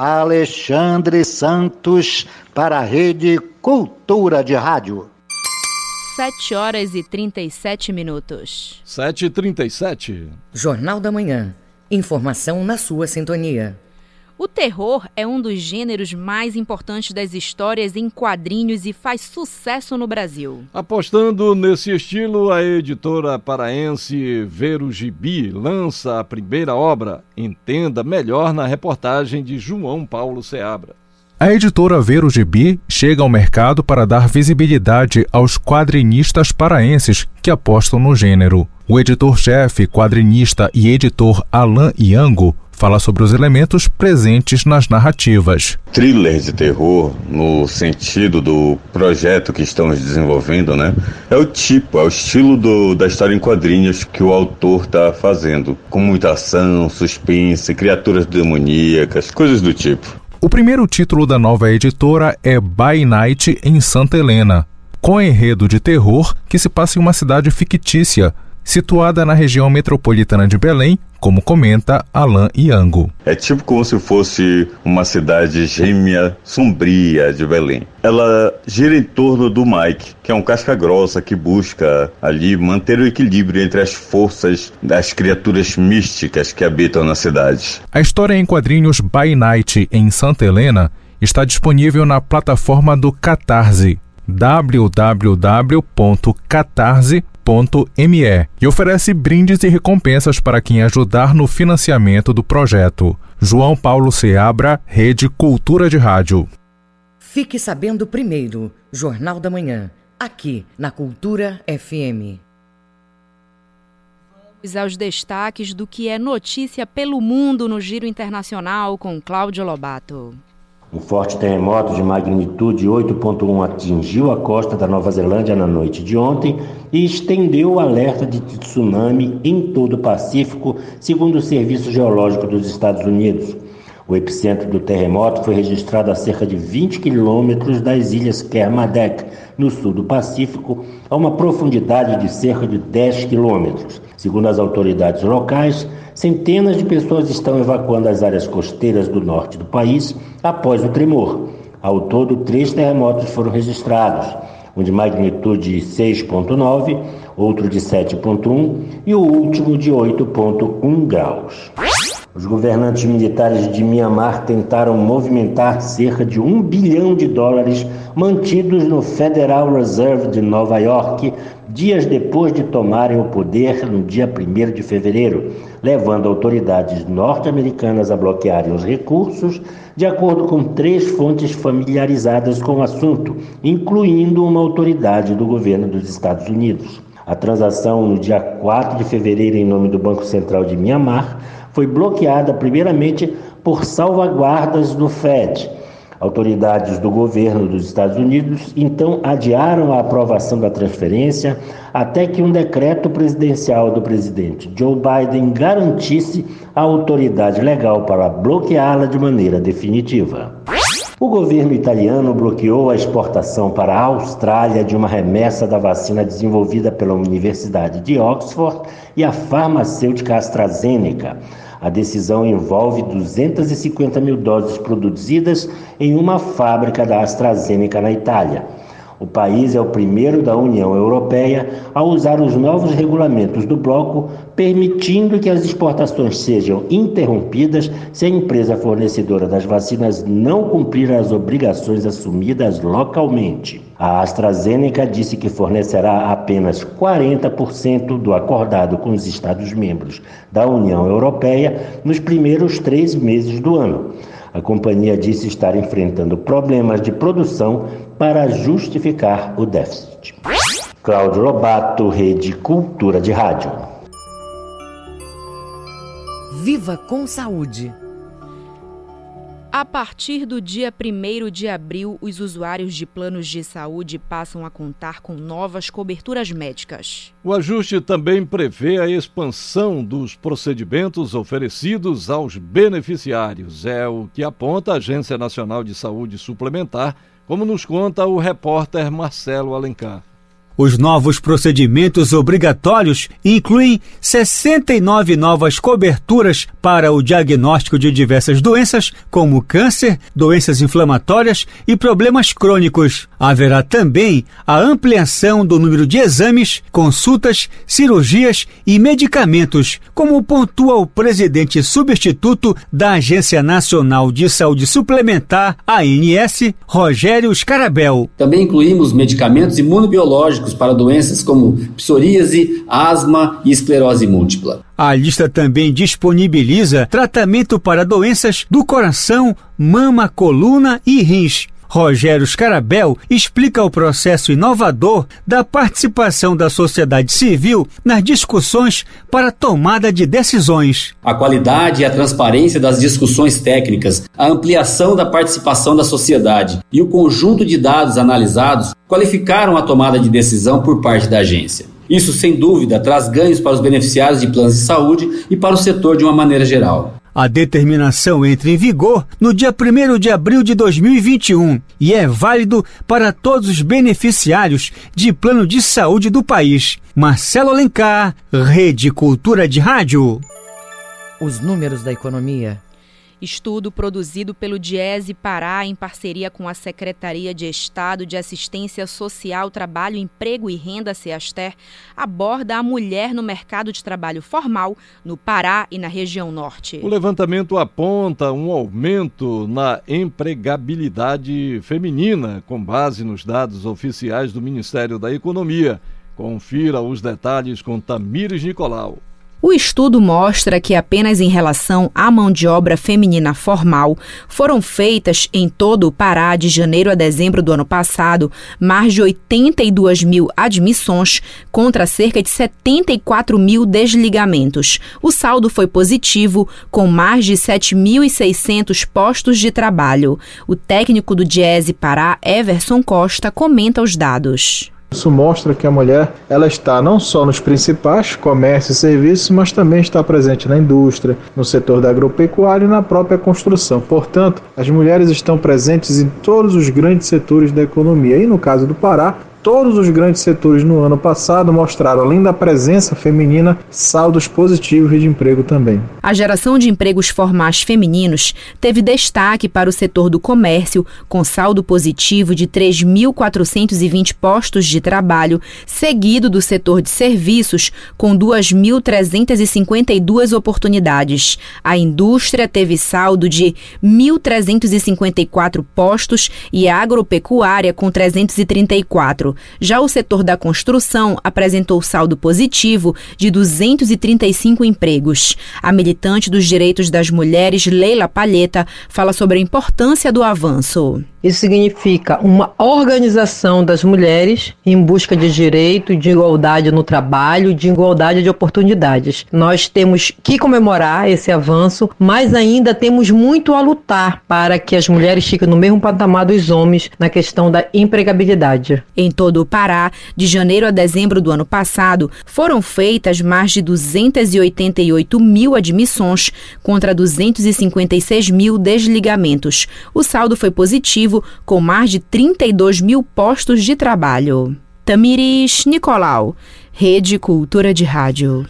Alexandre Santos, para a Rede Cultura de Rádio.
sete horas e trinta e sete minutos.
sete e trinta e sete.
Jornal da Manhã. Informação na sua sintonia.
O terror é um dos gêneros mais importantes das histórias em quadrinhos e faz sucesso no Brasil.
Apostando nesse estilo, a editora paraense Ver o Gibi lança a primeira obra. Entenda melhor na reportagem de João Paulo Seabra.
A editora Ver o Gibi chega ao mercado para dar visibilidade aos quadrinistas paraenses que apostam no gênero. O editor-chefe, quadrinista e editor Alan Iango fala sobre os elementos presentes nas narrativas.
Thriller de terror, no sentido do projeto que estamos desenvolvendo, né? É o tipo, é o estilo do, da história em quadrinhos que o autor está fazendo, com muita ação, suspense, criaturas demoníacas, coisas do tipo.
O primeiro título da nova editora é By Night em Santa Helena. com enredo de terror que se passa em uma cidade fictícia, situada na região metropolitana de Belém, como comenta Alain Iango.
É tipo como se fosse uma cidade gêmea sombria de Belém. Ela gira em torno do Mike, que é um casca-grossa que busca ali manter o equilíbrio entre as forças das criaturas místicas que habitam na cidade.
A história em quadrinhos By Night em Santa Helena está disponível na plataforma do Catarse, w w w ponto catarse ponto m e, e oferece brindes e recompensas para quem ajudar no financiamento do projeto. João Paulo Seabra, Rede Cultura de Rádio.
Fique sabendo primeiro, Jornal da Manhã, aqui na Cultura F M.
Vamos aos destaques do que é notícia pelo mundo no Giro Internacional com Cláudio Lobato.
Um forte terremoto de magnitude oito ponto um atingiu a costa da Nova Zelândia na noite de ontem e estendeu o alerta de tsunami em todo o Pacífico, segundo o Serviço Geológico dos Estados Unidos. O epicentro do terremoto foi registrado a cerca de vinte quilômetros das ilhas Kermadec, no sul do Pacífico, a uma profundidade de cerca de dez quilômetros. Segundo as autoridades locais, centenas de pessoas estão evacuando as áreas costeiras do norte do país após o tremor. Ao todo, três terremotos foram registrados, um de magnitude seis ponto nove, outro de sete ponto um e o último de oito ponto um graus. Os governantes militares de Mianmar tentaram movimentar cerca de um bilhão de dólares mantidos no Federal Reserve de Nova York, dias depois de tomarem o poder no dia primeiro de fevereiro, levando autoridades norte-americanas a bloquearem os recursos, de acordo com três fontes familiarizadas com o assunto, incluindo uma autoridade do governo dos Estados Unidos. A transação, no dia quatro de fevereiro, em nome do Banco Central de Mianmar, foi bloqueada primeiramente por salvaguardas do Fed. Autoridades do governo dos Estados Unidos então adiaram a aprovação da transferência até que um decreto presidencial do presidente Joe Biden garantisse a autoridade legal para bloqueá-la de maneira definitiva. O governo italiano bloqueou a exportação para a Austrália de uma remessa da vacina desenvolvida pela Universidade de Oxford e a farmacêutica AstraZeneca. A decisão envolve duzentas e cinquenta mil doses produzidas em uma fábrica da AstraZeneca na Itália. O país é o primeiro da União Europeia a usar os novos regulamentos do bloco, permitindo que as exportações sejam interrompidas se a empresa fornecedora das vacinas não cumprir as obrigações assumidas localmente. A AstraZeneca disse que fornecerá apenas quarenta por cento do acordado com os Estados-membros da União Europeia nos primeiros três meses do ano. A companhia disse estar enfrentando problemas de produção para justificar o déficit. Cláudio Lobato, Rede Cultura de Rádio.
Viva com saúde.
A partir do dia primeiro de abril, os usuários de planos de saúde passam a contar com novas coberturas médicas.
O ajuste também prevê a expansão dos procedimentos oferecidos aos beneficiários. É o que aponta a Agência Nacional de Saúde Suplementar, como nos conta o repórter Marcelo Alencar.
Os novos procedimentos obrigatórios incluem sessenta e nove novas coberturas para o diagnóstico de diversas doenças, como câncer, doenças inflamatórias e problemas crônicos. Haverá também a ampliação do número de exames, consultas, cirurgias e medicamentos, como pontua o presidente substituto da Agência Nacional de Saúde Suplementar, A N S, Rogério Scarabel.
Também incluímos medicamentos imunobiológicos para doenças como psoríase, asma e esclerose múltipla.
A lista também disponibiliza tratamento para doenças do coração, mama, coluna e rins. Rogério Scarabel explica o processo inovador da participação da sociedade civil nas discussões para a tomada de decisões.
A qualidade e a transparência das discussões técnicas, a ampliação da participação da sociedade e o conjunto de dados analisados qualificaram a tomada de decisão por parte da agência. Isso, sem dúvida, traz ganhos para os beneficiários de planos de saúde e para o setor de uma maneira geral.
A determinação entra em vigor no dia primeiro de abril de dois mil e vinte e um e é válido para todos os beneficiários de plano de saúde do país. Marcelo Alencar, Rede Cultura de Rádio.
Os números da economia.
Estudo produzido pelo Diese Pará em parceria com a Secretaria de Estado de Assistência Social, Trabalho, Emprego e Renda, SEASTER, aborda a mulher no mercado de trabalho formal no Pará e na região norte.
O levantamento aponta um aumento na empregabilidade feminina, com base nos dados oficiais do Ministério da Economia. Confira os detalhes com Tamires Nicolau.
O estudo mostra que apenas em relação à mão de obra feminina formal foram feitas em todo o Pará, de janeiro a dezembro do ano passado, mais de oitenta e duas mil admissões contra cerca de setenta e quatro mil desligamentos. O saldo foi positivo, com mais de sete mil e seiscentos postos de trabalho. O técnico do Diese Pará, Everson Costa, comenta os dados.
Isso mostra que a mulher ela está não só nos principais comércios e serviços, mas também está presente na indústria, no setor da agropecuária e na própria construção. Portanto, as mulheres estão presentes em todos os grandes setores da economia. E no caso do Pará, todos os grandes setores no ano passado mostraram, além da presença feminina, saldos positivos de emprego também.
A geração de empregos formais femininos teve destaque para o setor do comércio, com saldo positivo de três mil quatrocentos e vinte postos de trabalho, seguido do setor de serviços, com duas mil trezentas e cinquenta e duas oportunidades. A indústria teve saldo de mil trezentos e cinquenta e quatro postos e a agropecuária com trezentos e trinta e quatro. Já o setor da construção apresentou saldo positivo de duzentos e trinta e cinco empregos. A militante dos direitos das mulheres, Leila Palheta, fala sobre a importância do avanço.
Isso significa uma organização das mulheres em busca de direito, de igualdade no trabalho, de igualdade de oportunidades. Nós temos que comemorar esse avanço, mas ainda temos muito a lutar para que as mulheres fiquem no mesmo patamar dos homens na questão da empregabilidade.
Em todo o Pará, de janeiro a dezembro do ano passado, foram feitas mais de duzentas e oitenta e oito mil admissões contra duzentos e cinquenta e seis mil desligamentos. O saldo foi positivo, com mais de trinta e dois mil postos de trabalho. Tamires Nicolau, Rede Cultura de Rádio.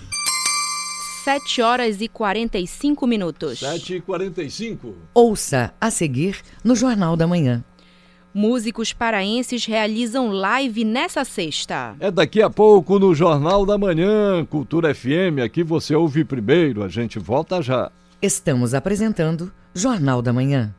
sete horas e quarenta e cinco minutos.
sete e quarenta e cinco.
Ouça a seguir no Jornal da Manhã.
Músicos paraenses realizam live nessa sexta.
É daqui a pouco no Jornal da Manhã, Cultura F M. Aqui você ouve primeiro, a gente volta já.
Estamos apresentando Jornal da Manhã.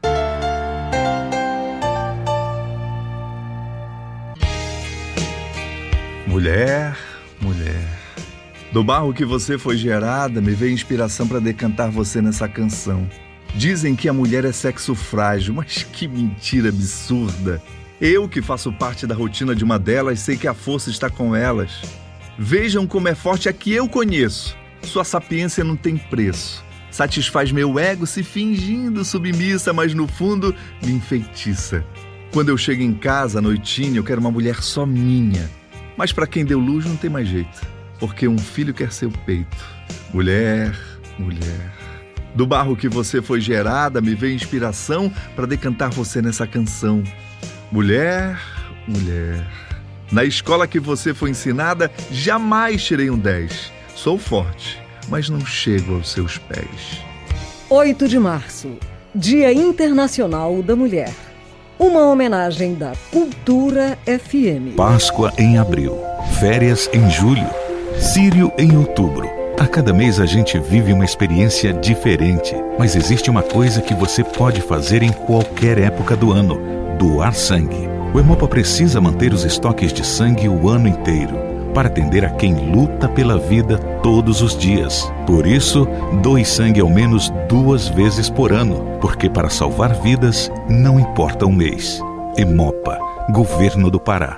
Mulher, mulher, do barro que você foi gerada, me veio inspiração para decantar você nessa canção. Dizem que a mulher é sexo frágil, mas que mentira absurda. Eu, que faço parte da rotina de uma delas, sei que a força está com elas. Vejam como é forte a que eu conheço. Sua sapiência não tem preço. Satisfaz meu ego se fingindo submissa, mas no fundo me enfeitiça. Quando eu chego em casa à noitinha, eu quero uma mulher só minha. Mas para quem deu luz não tem mais jeito, porque um filho quer seu peito. Mulher, mulher, do barro que você foi gerada, me veio inspiração para decantar você nessa canção. Mulher, mulher, na escola que você foi ensinada, jamais tirei um dez. Sou forte, mas não chego aos seus pés.
oito de março, Dia Internacional da Mulher. Uma homenagem da Cultura F M.
Páscoa em abril, férias em julho, Sírio em outubro. A cada mês a gente vive uma experiência diferente, mas existe uma coisa que você pode fazer em qualquer época do ano: doar sangue. O Hemopa precisa manter os estoques de sangue o ano inteiro, para atender a quem luta pela vida todos os dias. Por isso, doe sangue ao menos duas vezes por ano, porque para salvar vidas não importa o mês. Hemopa, Governo do Pará.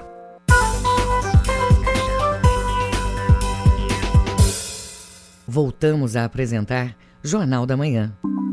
Voltamos a apresentar Jornal da Manhã.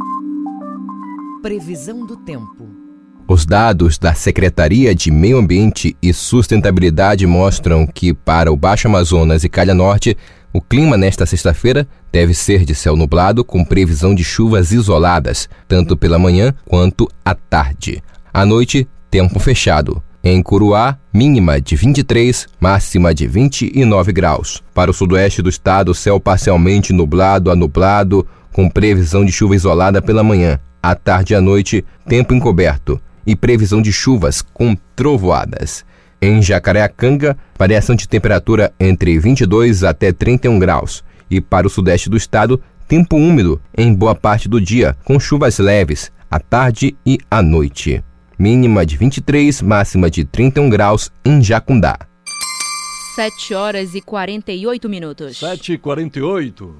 Previsão do tempo.
Os dados da Secretaria de Meio Ambiente e Sustentabilidade mostram que para o Baixo Amazonas e Calha Norte, O clima nesta sexta-feira deve ser de céu nublado com previsão de chuvas isoladas, tanto pela manhã quanto à tarde. À noite, tempo fechado. Em Curuá, mínima de vinte e três, máxima de vinte e nove graus. Para o sudoeste do estado, céu parcialmente nublado a nublado, com previsão de chuva isolada pela manhã. À tarde e à noite, tempo encoberto e previsão de chuvas com trovoadas. Em Jacareacanga, variação de temperatura entre vinte e dois até trinta e um graus. E para o sudeste do estado, tempo úmido em boa parte do dia, com chuvas leves à tarde e à noite. Mínima de vinte e três, máxima de trinta e um graus em Jacundá.
sete horas e quarenta e oito minutos.
sete e quarenta e oito.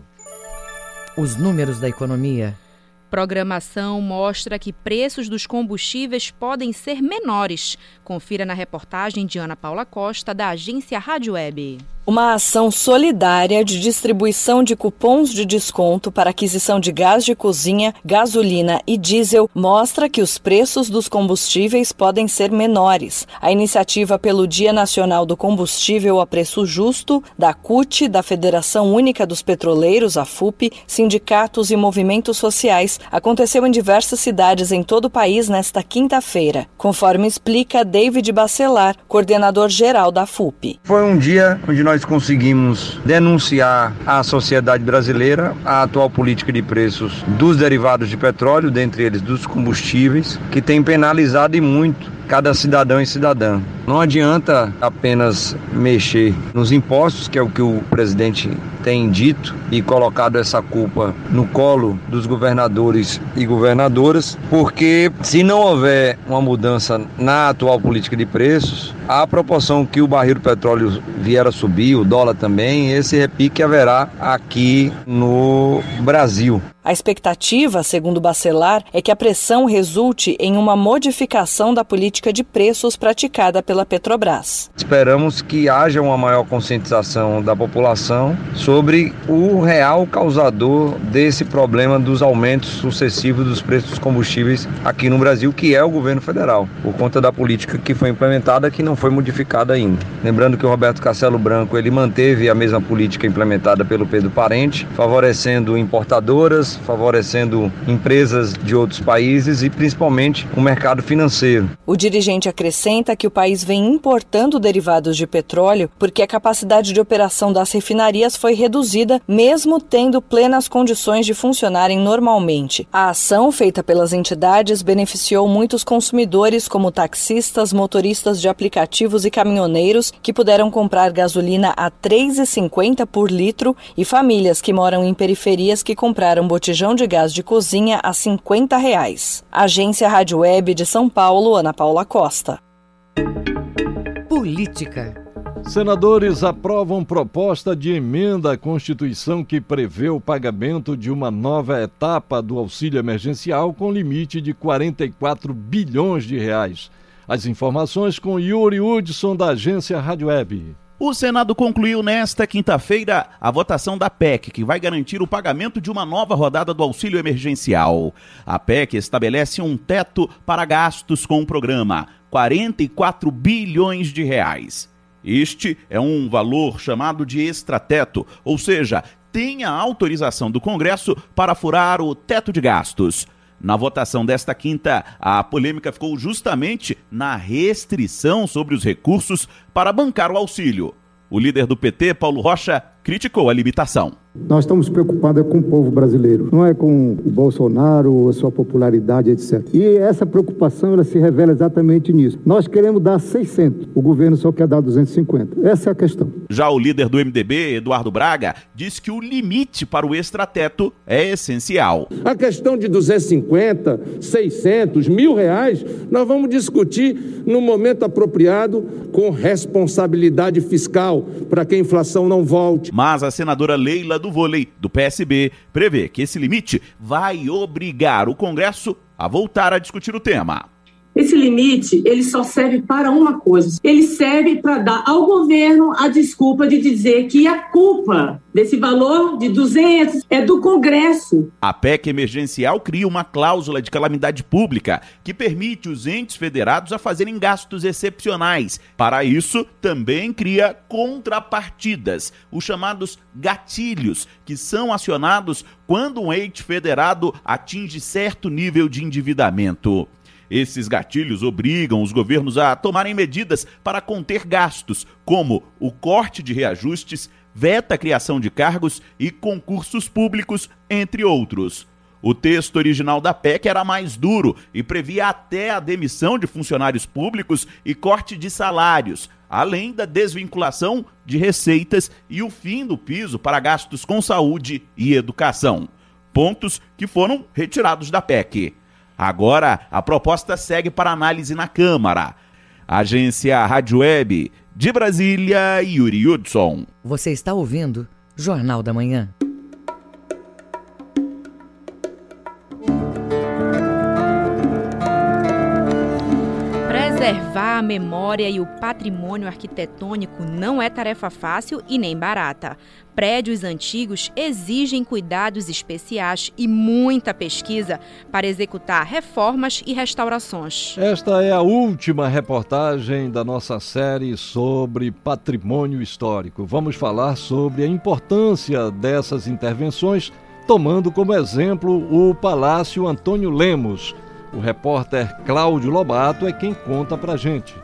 Os números da economia.
Programação mostra que preços dos combustíveis podem ser menores. Confira na reportagem de Ana Paula Costa, da agência Rádio Web.
Uma ação solidária de distribuição de cupons de desconto para aquisição de gás de cozinha, gasolina e diesel mostra que os preços dos combustíveis podem ser menores. A iniciativa pelo Dia Nacional do Combustível a Preço Justo, da C U T, da Federação Única dos Petroleiros, a F U P, sindicatos e movimentos sociais, aconteceu em diversas cidades em todo o país nesta quinta-feira, conforme explica David Bacelar, coordenador-geral da F U P.
Foi um dia onde nós conseguimos denunciar à sociedade brasileira a atual política de preços dos derivados de petróleo, dentre eles dos combustíveis, que tem penalizado e muito cada cidadão e cidadã. Não adianta apenas mexer nos impostos, que é o que o presidente tem dito, e colocado essa culpa no colo dos governadores e governadoras, porque se não houver uma mudança na atual política de preços, a proporção que o barril do petróleo vier a subir, o dólar também, esse repique haverá aqui no Brasil.
A expectativa, segundo Bacelar, é que a pressão resulte em uma modificação da política de preços praticada pela Petrobras.
Esperamos que haja uma maior conscientização da população sobre o real causador desse problema dos aumentos sucessivos dos preços dos combustíveis aqui no Brasil, que é o governo federal, por conta da política que foi implementada, que não foi modificada ainda. Lembrando que o Roberto Castelo Branco ele manteve a mesma política implementada pelo Pedro Parente, favorecendo importadoras, favorecendo empresas de outros países e principalmente o mercado financeiro.
O dirigente acrescenta que o país vem importando derivados de petróleo porque a capacidade de operação das refinarias foi reduzida, mesmo tendo plenas condições de funcionarem normalmente. A ação feita pelas entidades beneficiou muitos consumidores, como taxistas, motoristas de aplicativos e caminhoneiros, que puderam comprar gasolina a três reais e cinquenta centavos por litro, e famílias que moram em periferias que compraram botijão de gás de cozinha a cinquenta reais. Agência Rádio Web de São Paulo, Ana Paula Costa.
Política.
Senadores aprovam proposta de emenda à Constituição que prevê o pagamento de uma nova etapa do auxílio emergencial com limite de quarenta e quatro bilhões de reais. As informações com Yuri Hudson, da agência Rádio Web.
O Senado concluiu nesta quinta-feira a votação da P E C, que vai garantir o pagamento de uma nova rodada do auxílio emergencial. A P E C estabelece um teto para gastos com o programa, quarenta e quatro bilhões de reais. Este é um valor chamado de extrateto, ou seja, tem a autorização do Congresso para furar o teto de gastos. Na votação desta quinta, a polêmica ficou justamente na restrição sobre os recursos para bancar o auxílio. O líder do P T, Paulo Rocha, criticou a limitação.
Nós estamos preocupados com o povo brasileiro, não é com o Bolsonaro, a sua popularidade, etcétera. E essa preocupação ela se revela exatamente nisso. Nós queremos dar seiscentos, o governo só quer dar duzentos e cinquenta. Essa é a questão.
Já o líder do M D B, Eduardo Braga, disse que o limite para o extrateto é essencial.
A questão de duzentos e cinquenta, seiscentos, mil reais, nós vamos discutir no momento apropriado com responsabilidade fiscal para que a inflação não volte.
Mas a senadora Leila do Vôlei, do P S B, prevê que esse limite vai obrigar o Congresso a voltar a discutir o tema.
Esse limite, ele só serve para uma coisa. Ele serve para dar ao governo a desculpa de dizer que a culpa desse valor de duzentos é do Congresso.
A P E C emergencial cria uma cláusula de calamidade pública que permite os entes federados a fazerem gastos excepcionais. Para isso, também cria contrapartidas, os chamados gatilhos, que são acionados quando um ente federado atinge certo nível de endividamento. Esses gatilhos obrigam os governos a tomarem medidas para conter gastos, como o corte de reajustes, veta a criação de cargos e concursos públicos, entre outros. O texto original da P E C era mais duro e previa até a demissão de funcionários públicos e corte de salários, além da desvinculação de receitas e o fim do piso para gastos com saúde e educação. Pontos que foram retirados da P E C. Agora, a proposta segue para análise na Câmara. Agência Rádio Web, de Brasília, Yuri Hudson.
Você está ouvindo Jornal da Manhã.
Preservar a memória e o patrimônio arquitetônico não é tarefa fácil e nem barata. Prédios antigos exigem cuidados especiais e muita pesquisa para executar reformas e restaurações.
Esta é a última reportagem da nossa série sobre patrimônio histórico. Vamos falar sobre a importância dessas intervenções, tomando como exemplo o Palácio Antônio Lemos. O repórter Cláudio Lobato é quem conta pra gente.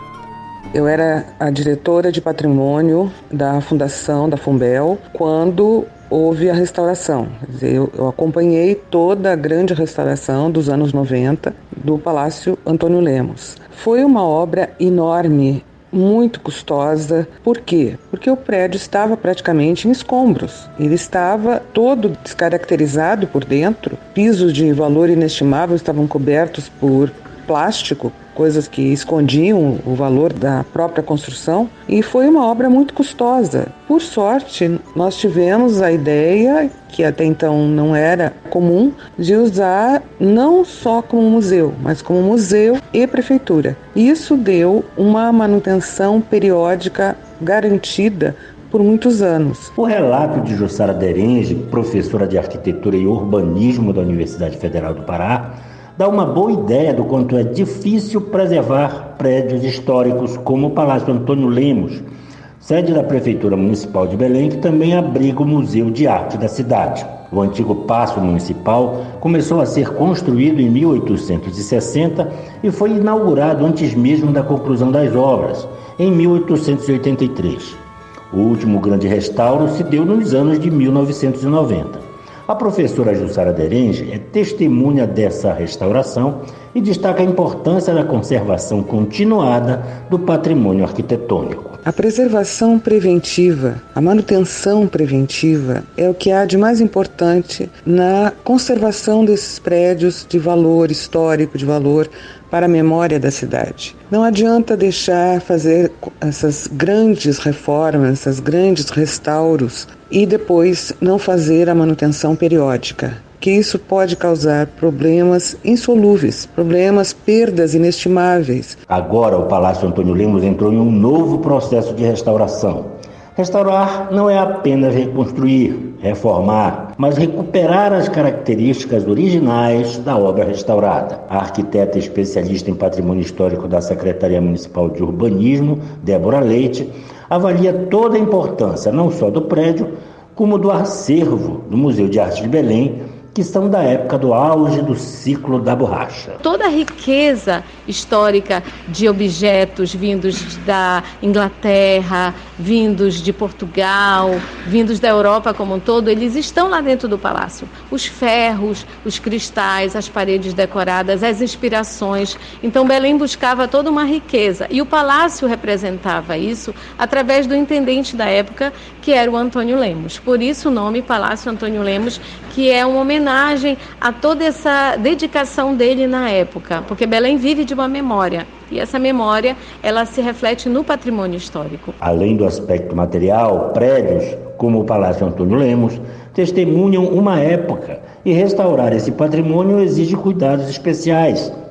Eu era a diretora de patrimônio da Fundação da Fumbel quando houve a restauração. Quer dizer, eu, eu acompanhei toda a grande restauração dos anos noventa do Palácio Antônio Lemos. Foi uma obra enorme, muito custosa. Por quê? Porque o prédio estava praticamente em escombros. Ele estava todo descaracterizado por dentro. Pisos de valor inestimável estavam cobertos por plástico, coisas que escondiam o valor da própria construção, e foi uma obra muito custosa. Por sorte, nós tivemos a ideia, que até então não era comum, de usar não só como museu, mas como museu e prefeitura. Isso deu uma manutenção periódica garantida por muitos anos.
O relato de Jussara Derenge, professora de Arquitetura e Urbanismo da Universidade Federal do Pará, dá uma boa ideia do quanto é difícil preservar prédios históricos como o Palácio Antônio Lemos, sede da Prefeitura Municipal de Belém, que também abriga o Museu de Arte da cidade. O antigo Paço Municipal começou a ser construído em mil oitocentos e sessenta e foi inaugurado antes mesmo da conclusão das obras, em mil oitocentos e oitenta e três. O último grande restauro se deu nos anos de mil novecentos e noventa. A professora Jussara Derenge é testemunha dessa restauração e destaca a importância da conservação continuada do patrimônio arquitetônico.
A preservação preventiva, a manutenção preventiva é o que há de mais importante na conservação desses prédios de valor histórico, de valor para a memória da cidade. Não adianta deixar fazer essas grandes reformas, esses grandes restauros e depois não fazer a manutenção periódica, que isso pode causar problemas insolúveis, problemas, perdas inestimáveis.
Agora o Palácio Antônio Lemos entrou em um novo processo de restauração. Restaurar não é apenas reconstruir, reformar, mas recuperar as características originais da obra restaurada. A arquiteta especialista em patrimônio histórico da Secretaria Municipal de Urbanismo, Débora Leite, avalia toda a importância não só do prédio, como do acervo do Museu de Arte de Belém, que são da época do auge do ciclo da borracha.
Toda a riqueza histórica de objetos vindos da Inglaterra, vindos de Portugal, vindos da Europa como um todo, eles estão lá dentro do palácio. Os ferros, os cristais, as paredes decoradas, as inspirações. Então Belém buscava toda uma riqueza e o palácio representava isso através do intendente da época, que era o Antônio Lemos. Por isso o nome Palácio Antônio Lemos, que é uma homenagem a toda essa dedicação dele na época, porque Belém vive de uma memória, e essa memória ela se reflete no patrimônio histórico.
Além do aspecto material, prédios como o Palácio Antônio Lemos testemunham uma época, e restaurar esse patrimônio exige cuidados especiais,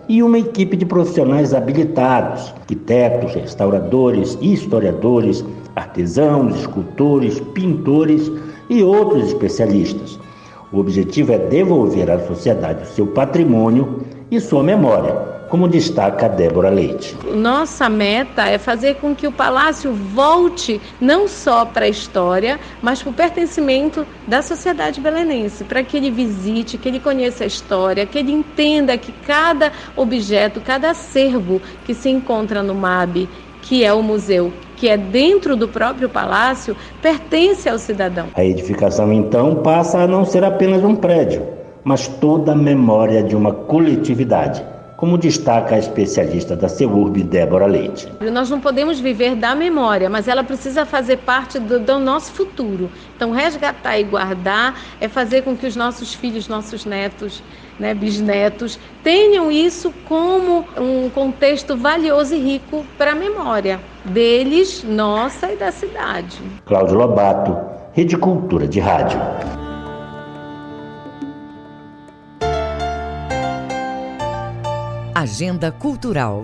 e uma equipe de profissionais habilitados, arquitetos, restauradores, historiadores, artesãos, escultores, pintores e outros especialistas. O objetivo é devolver à sociedade o seu patrimônio e sua memória, como destaca Débora Leite.
Nossa meta é fazer com que o Palácio volte não só para a história, mas para o pertencimento da sociedade belenense, para que ele visite, que ele conheça a história, que ele entenda que cada objeto, cada acervo que se encontra no M A B, que é o museu, que é dentro do próprio palácio, pertence ao cidadão.
A edificação, então, passa a não ser apenas um prédio, mas toda a memória de uma coletividade, como destaca a especialista da CEURB, Débora Leite.
Nós não podemos viver da memória, mas ela precisa fazer parte do, do nosso futuro. Então, resgatar e guardar é fazer com que os nossos filhos, nossos netos, né, bisnetos, tenham isso como um contexto valioso e rico para a memória deles, nossa e da cidade.
Cláudio Lobato, Rede Cultura de Rádio.
Agenda Cultural.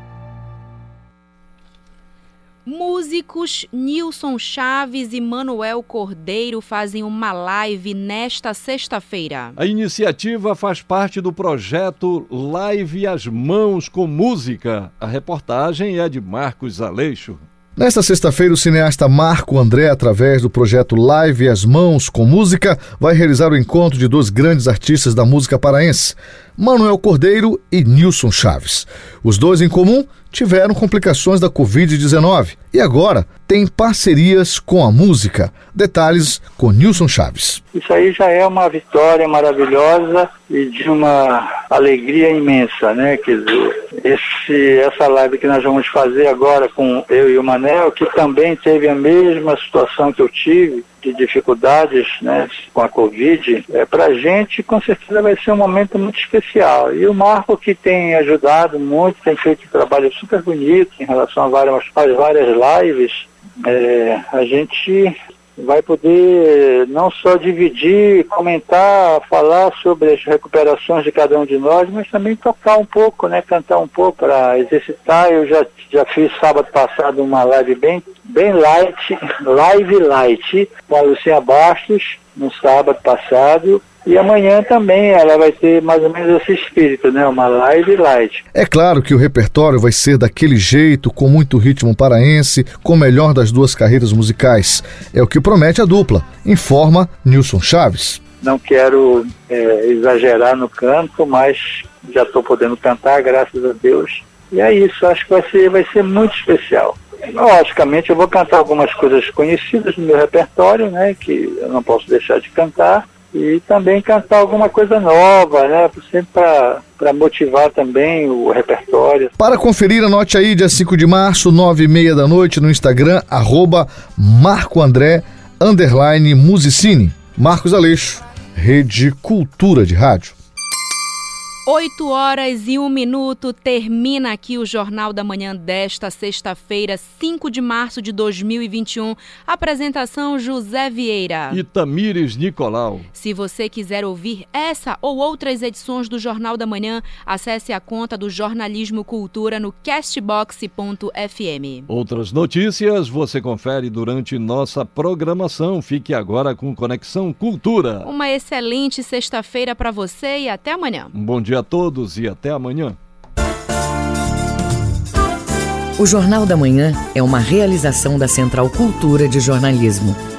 Músicos Nilson Chaves e Manuel Cordeiro fazem uma live nesta sexta-feira.
A iniciativa faz parte do projeto Live às Mãos com Música. A reportagem é de Marcos Aleixo.
Nesta sexta-feira, o cineasta Marco André, através do projeto Live às Mãos com Música, vai realizar o encontro de dois grandes artistas da música paraense, Manuel Cordeiro e Nilson Chaves. Os dois, em comum, tiveram complicações da covid dezenove e agora têm parcerias com a música. Detalhes com Nilson Chaves.
Isso aí já é uma vitória maravilhosa e de uma alegria imensa, né? Quer dizer, esse, essa live que nós vamos fazer agora com eu e o Manel, que também teve a mesma situação que eu tive, de dificuldades, né, com a Covid, é, para a gente com certeza vai ser um momento muito especial. E o Marco, que tem ajudado muito, tem feito um trabalho super bonito em relação a várias, às várias lives, é, a gente vai poder não só dividir, comentar, falar sobre as recuperações de cada um de nós, mas também tocar um pouco, né, cantar um pouco para exercitar. Eu já, já fiz sábado passado uma live bem, bem light, live light, com a Lucinha Bastos, no sábado passado. E amanhã também ela vai ter mais ou menos esse espírito, né? Uma live light.
É claro que o repertório vai ser daquele jeito, com muito ritmo paraense, com o melhor das duas carreiras musicais. É o que promete a dupla, informa Nilson Chaves.
Não quero é, exagerar no canto, mas já estou podendo cantar, graças a Deus. E é isso, acho que vai ser, vai ser muito especial. Logicamente eu vou cantar algumas coisas conhecidas no meu repertório, né? Que eu não posso deixar de cantar. E também cantar alguma coisa nova, né? Sempre para motivar também o repertório.
Para conferir, anote aí, dia cinco de março, nove e meia da noite, no Instagram, arroba Marco André, underline Musicine. Marcos Aleixo, Rede Cultura de Rádio.
oito horas e um minuto, termina aqui o Jornal da Manhã desta sexta-feira, cinco de março de dois mil e vinte e um. Apresentação José Vieira
e Tamires Nicolau.
Se você quiser ouvir essa ou outras edições do Jornal da Manhã, acesse a conta do Jornalismo Cultura no castbox ponto f m.
Outras notícias você confere durante nossa programação. Fique agora com Conexão Cultura.
Uma excelente sexta-feira para você e até amanhã.
Um bom dia a todos e até amanhã.
O Jornal da Manhã é uma realização da Central Cultura de Jornalismo.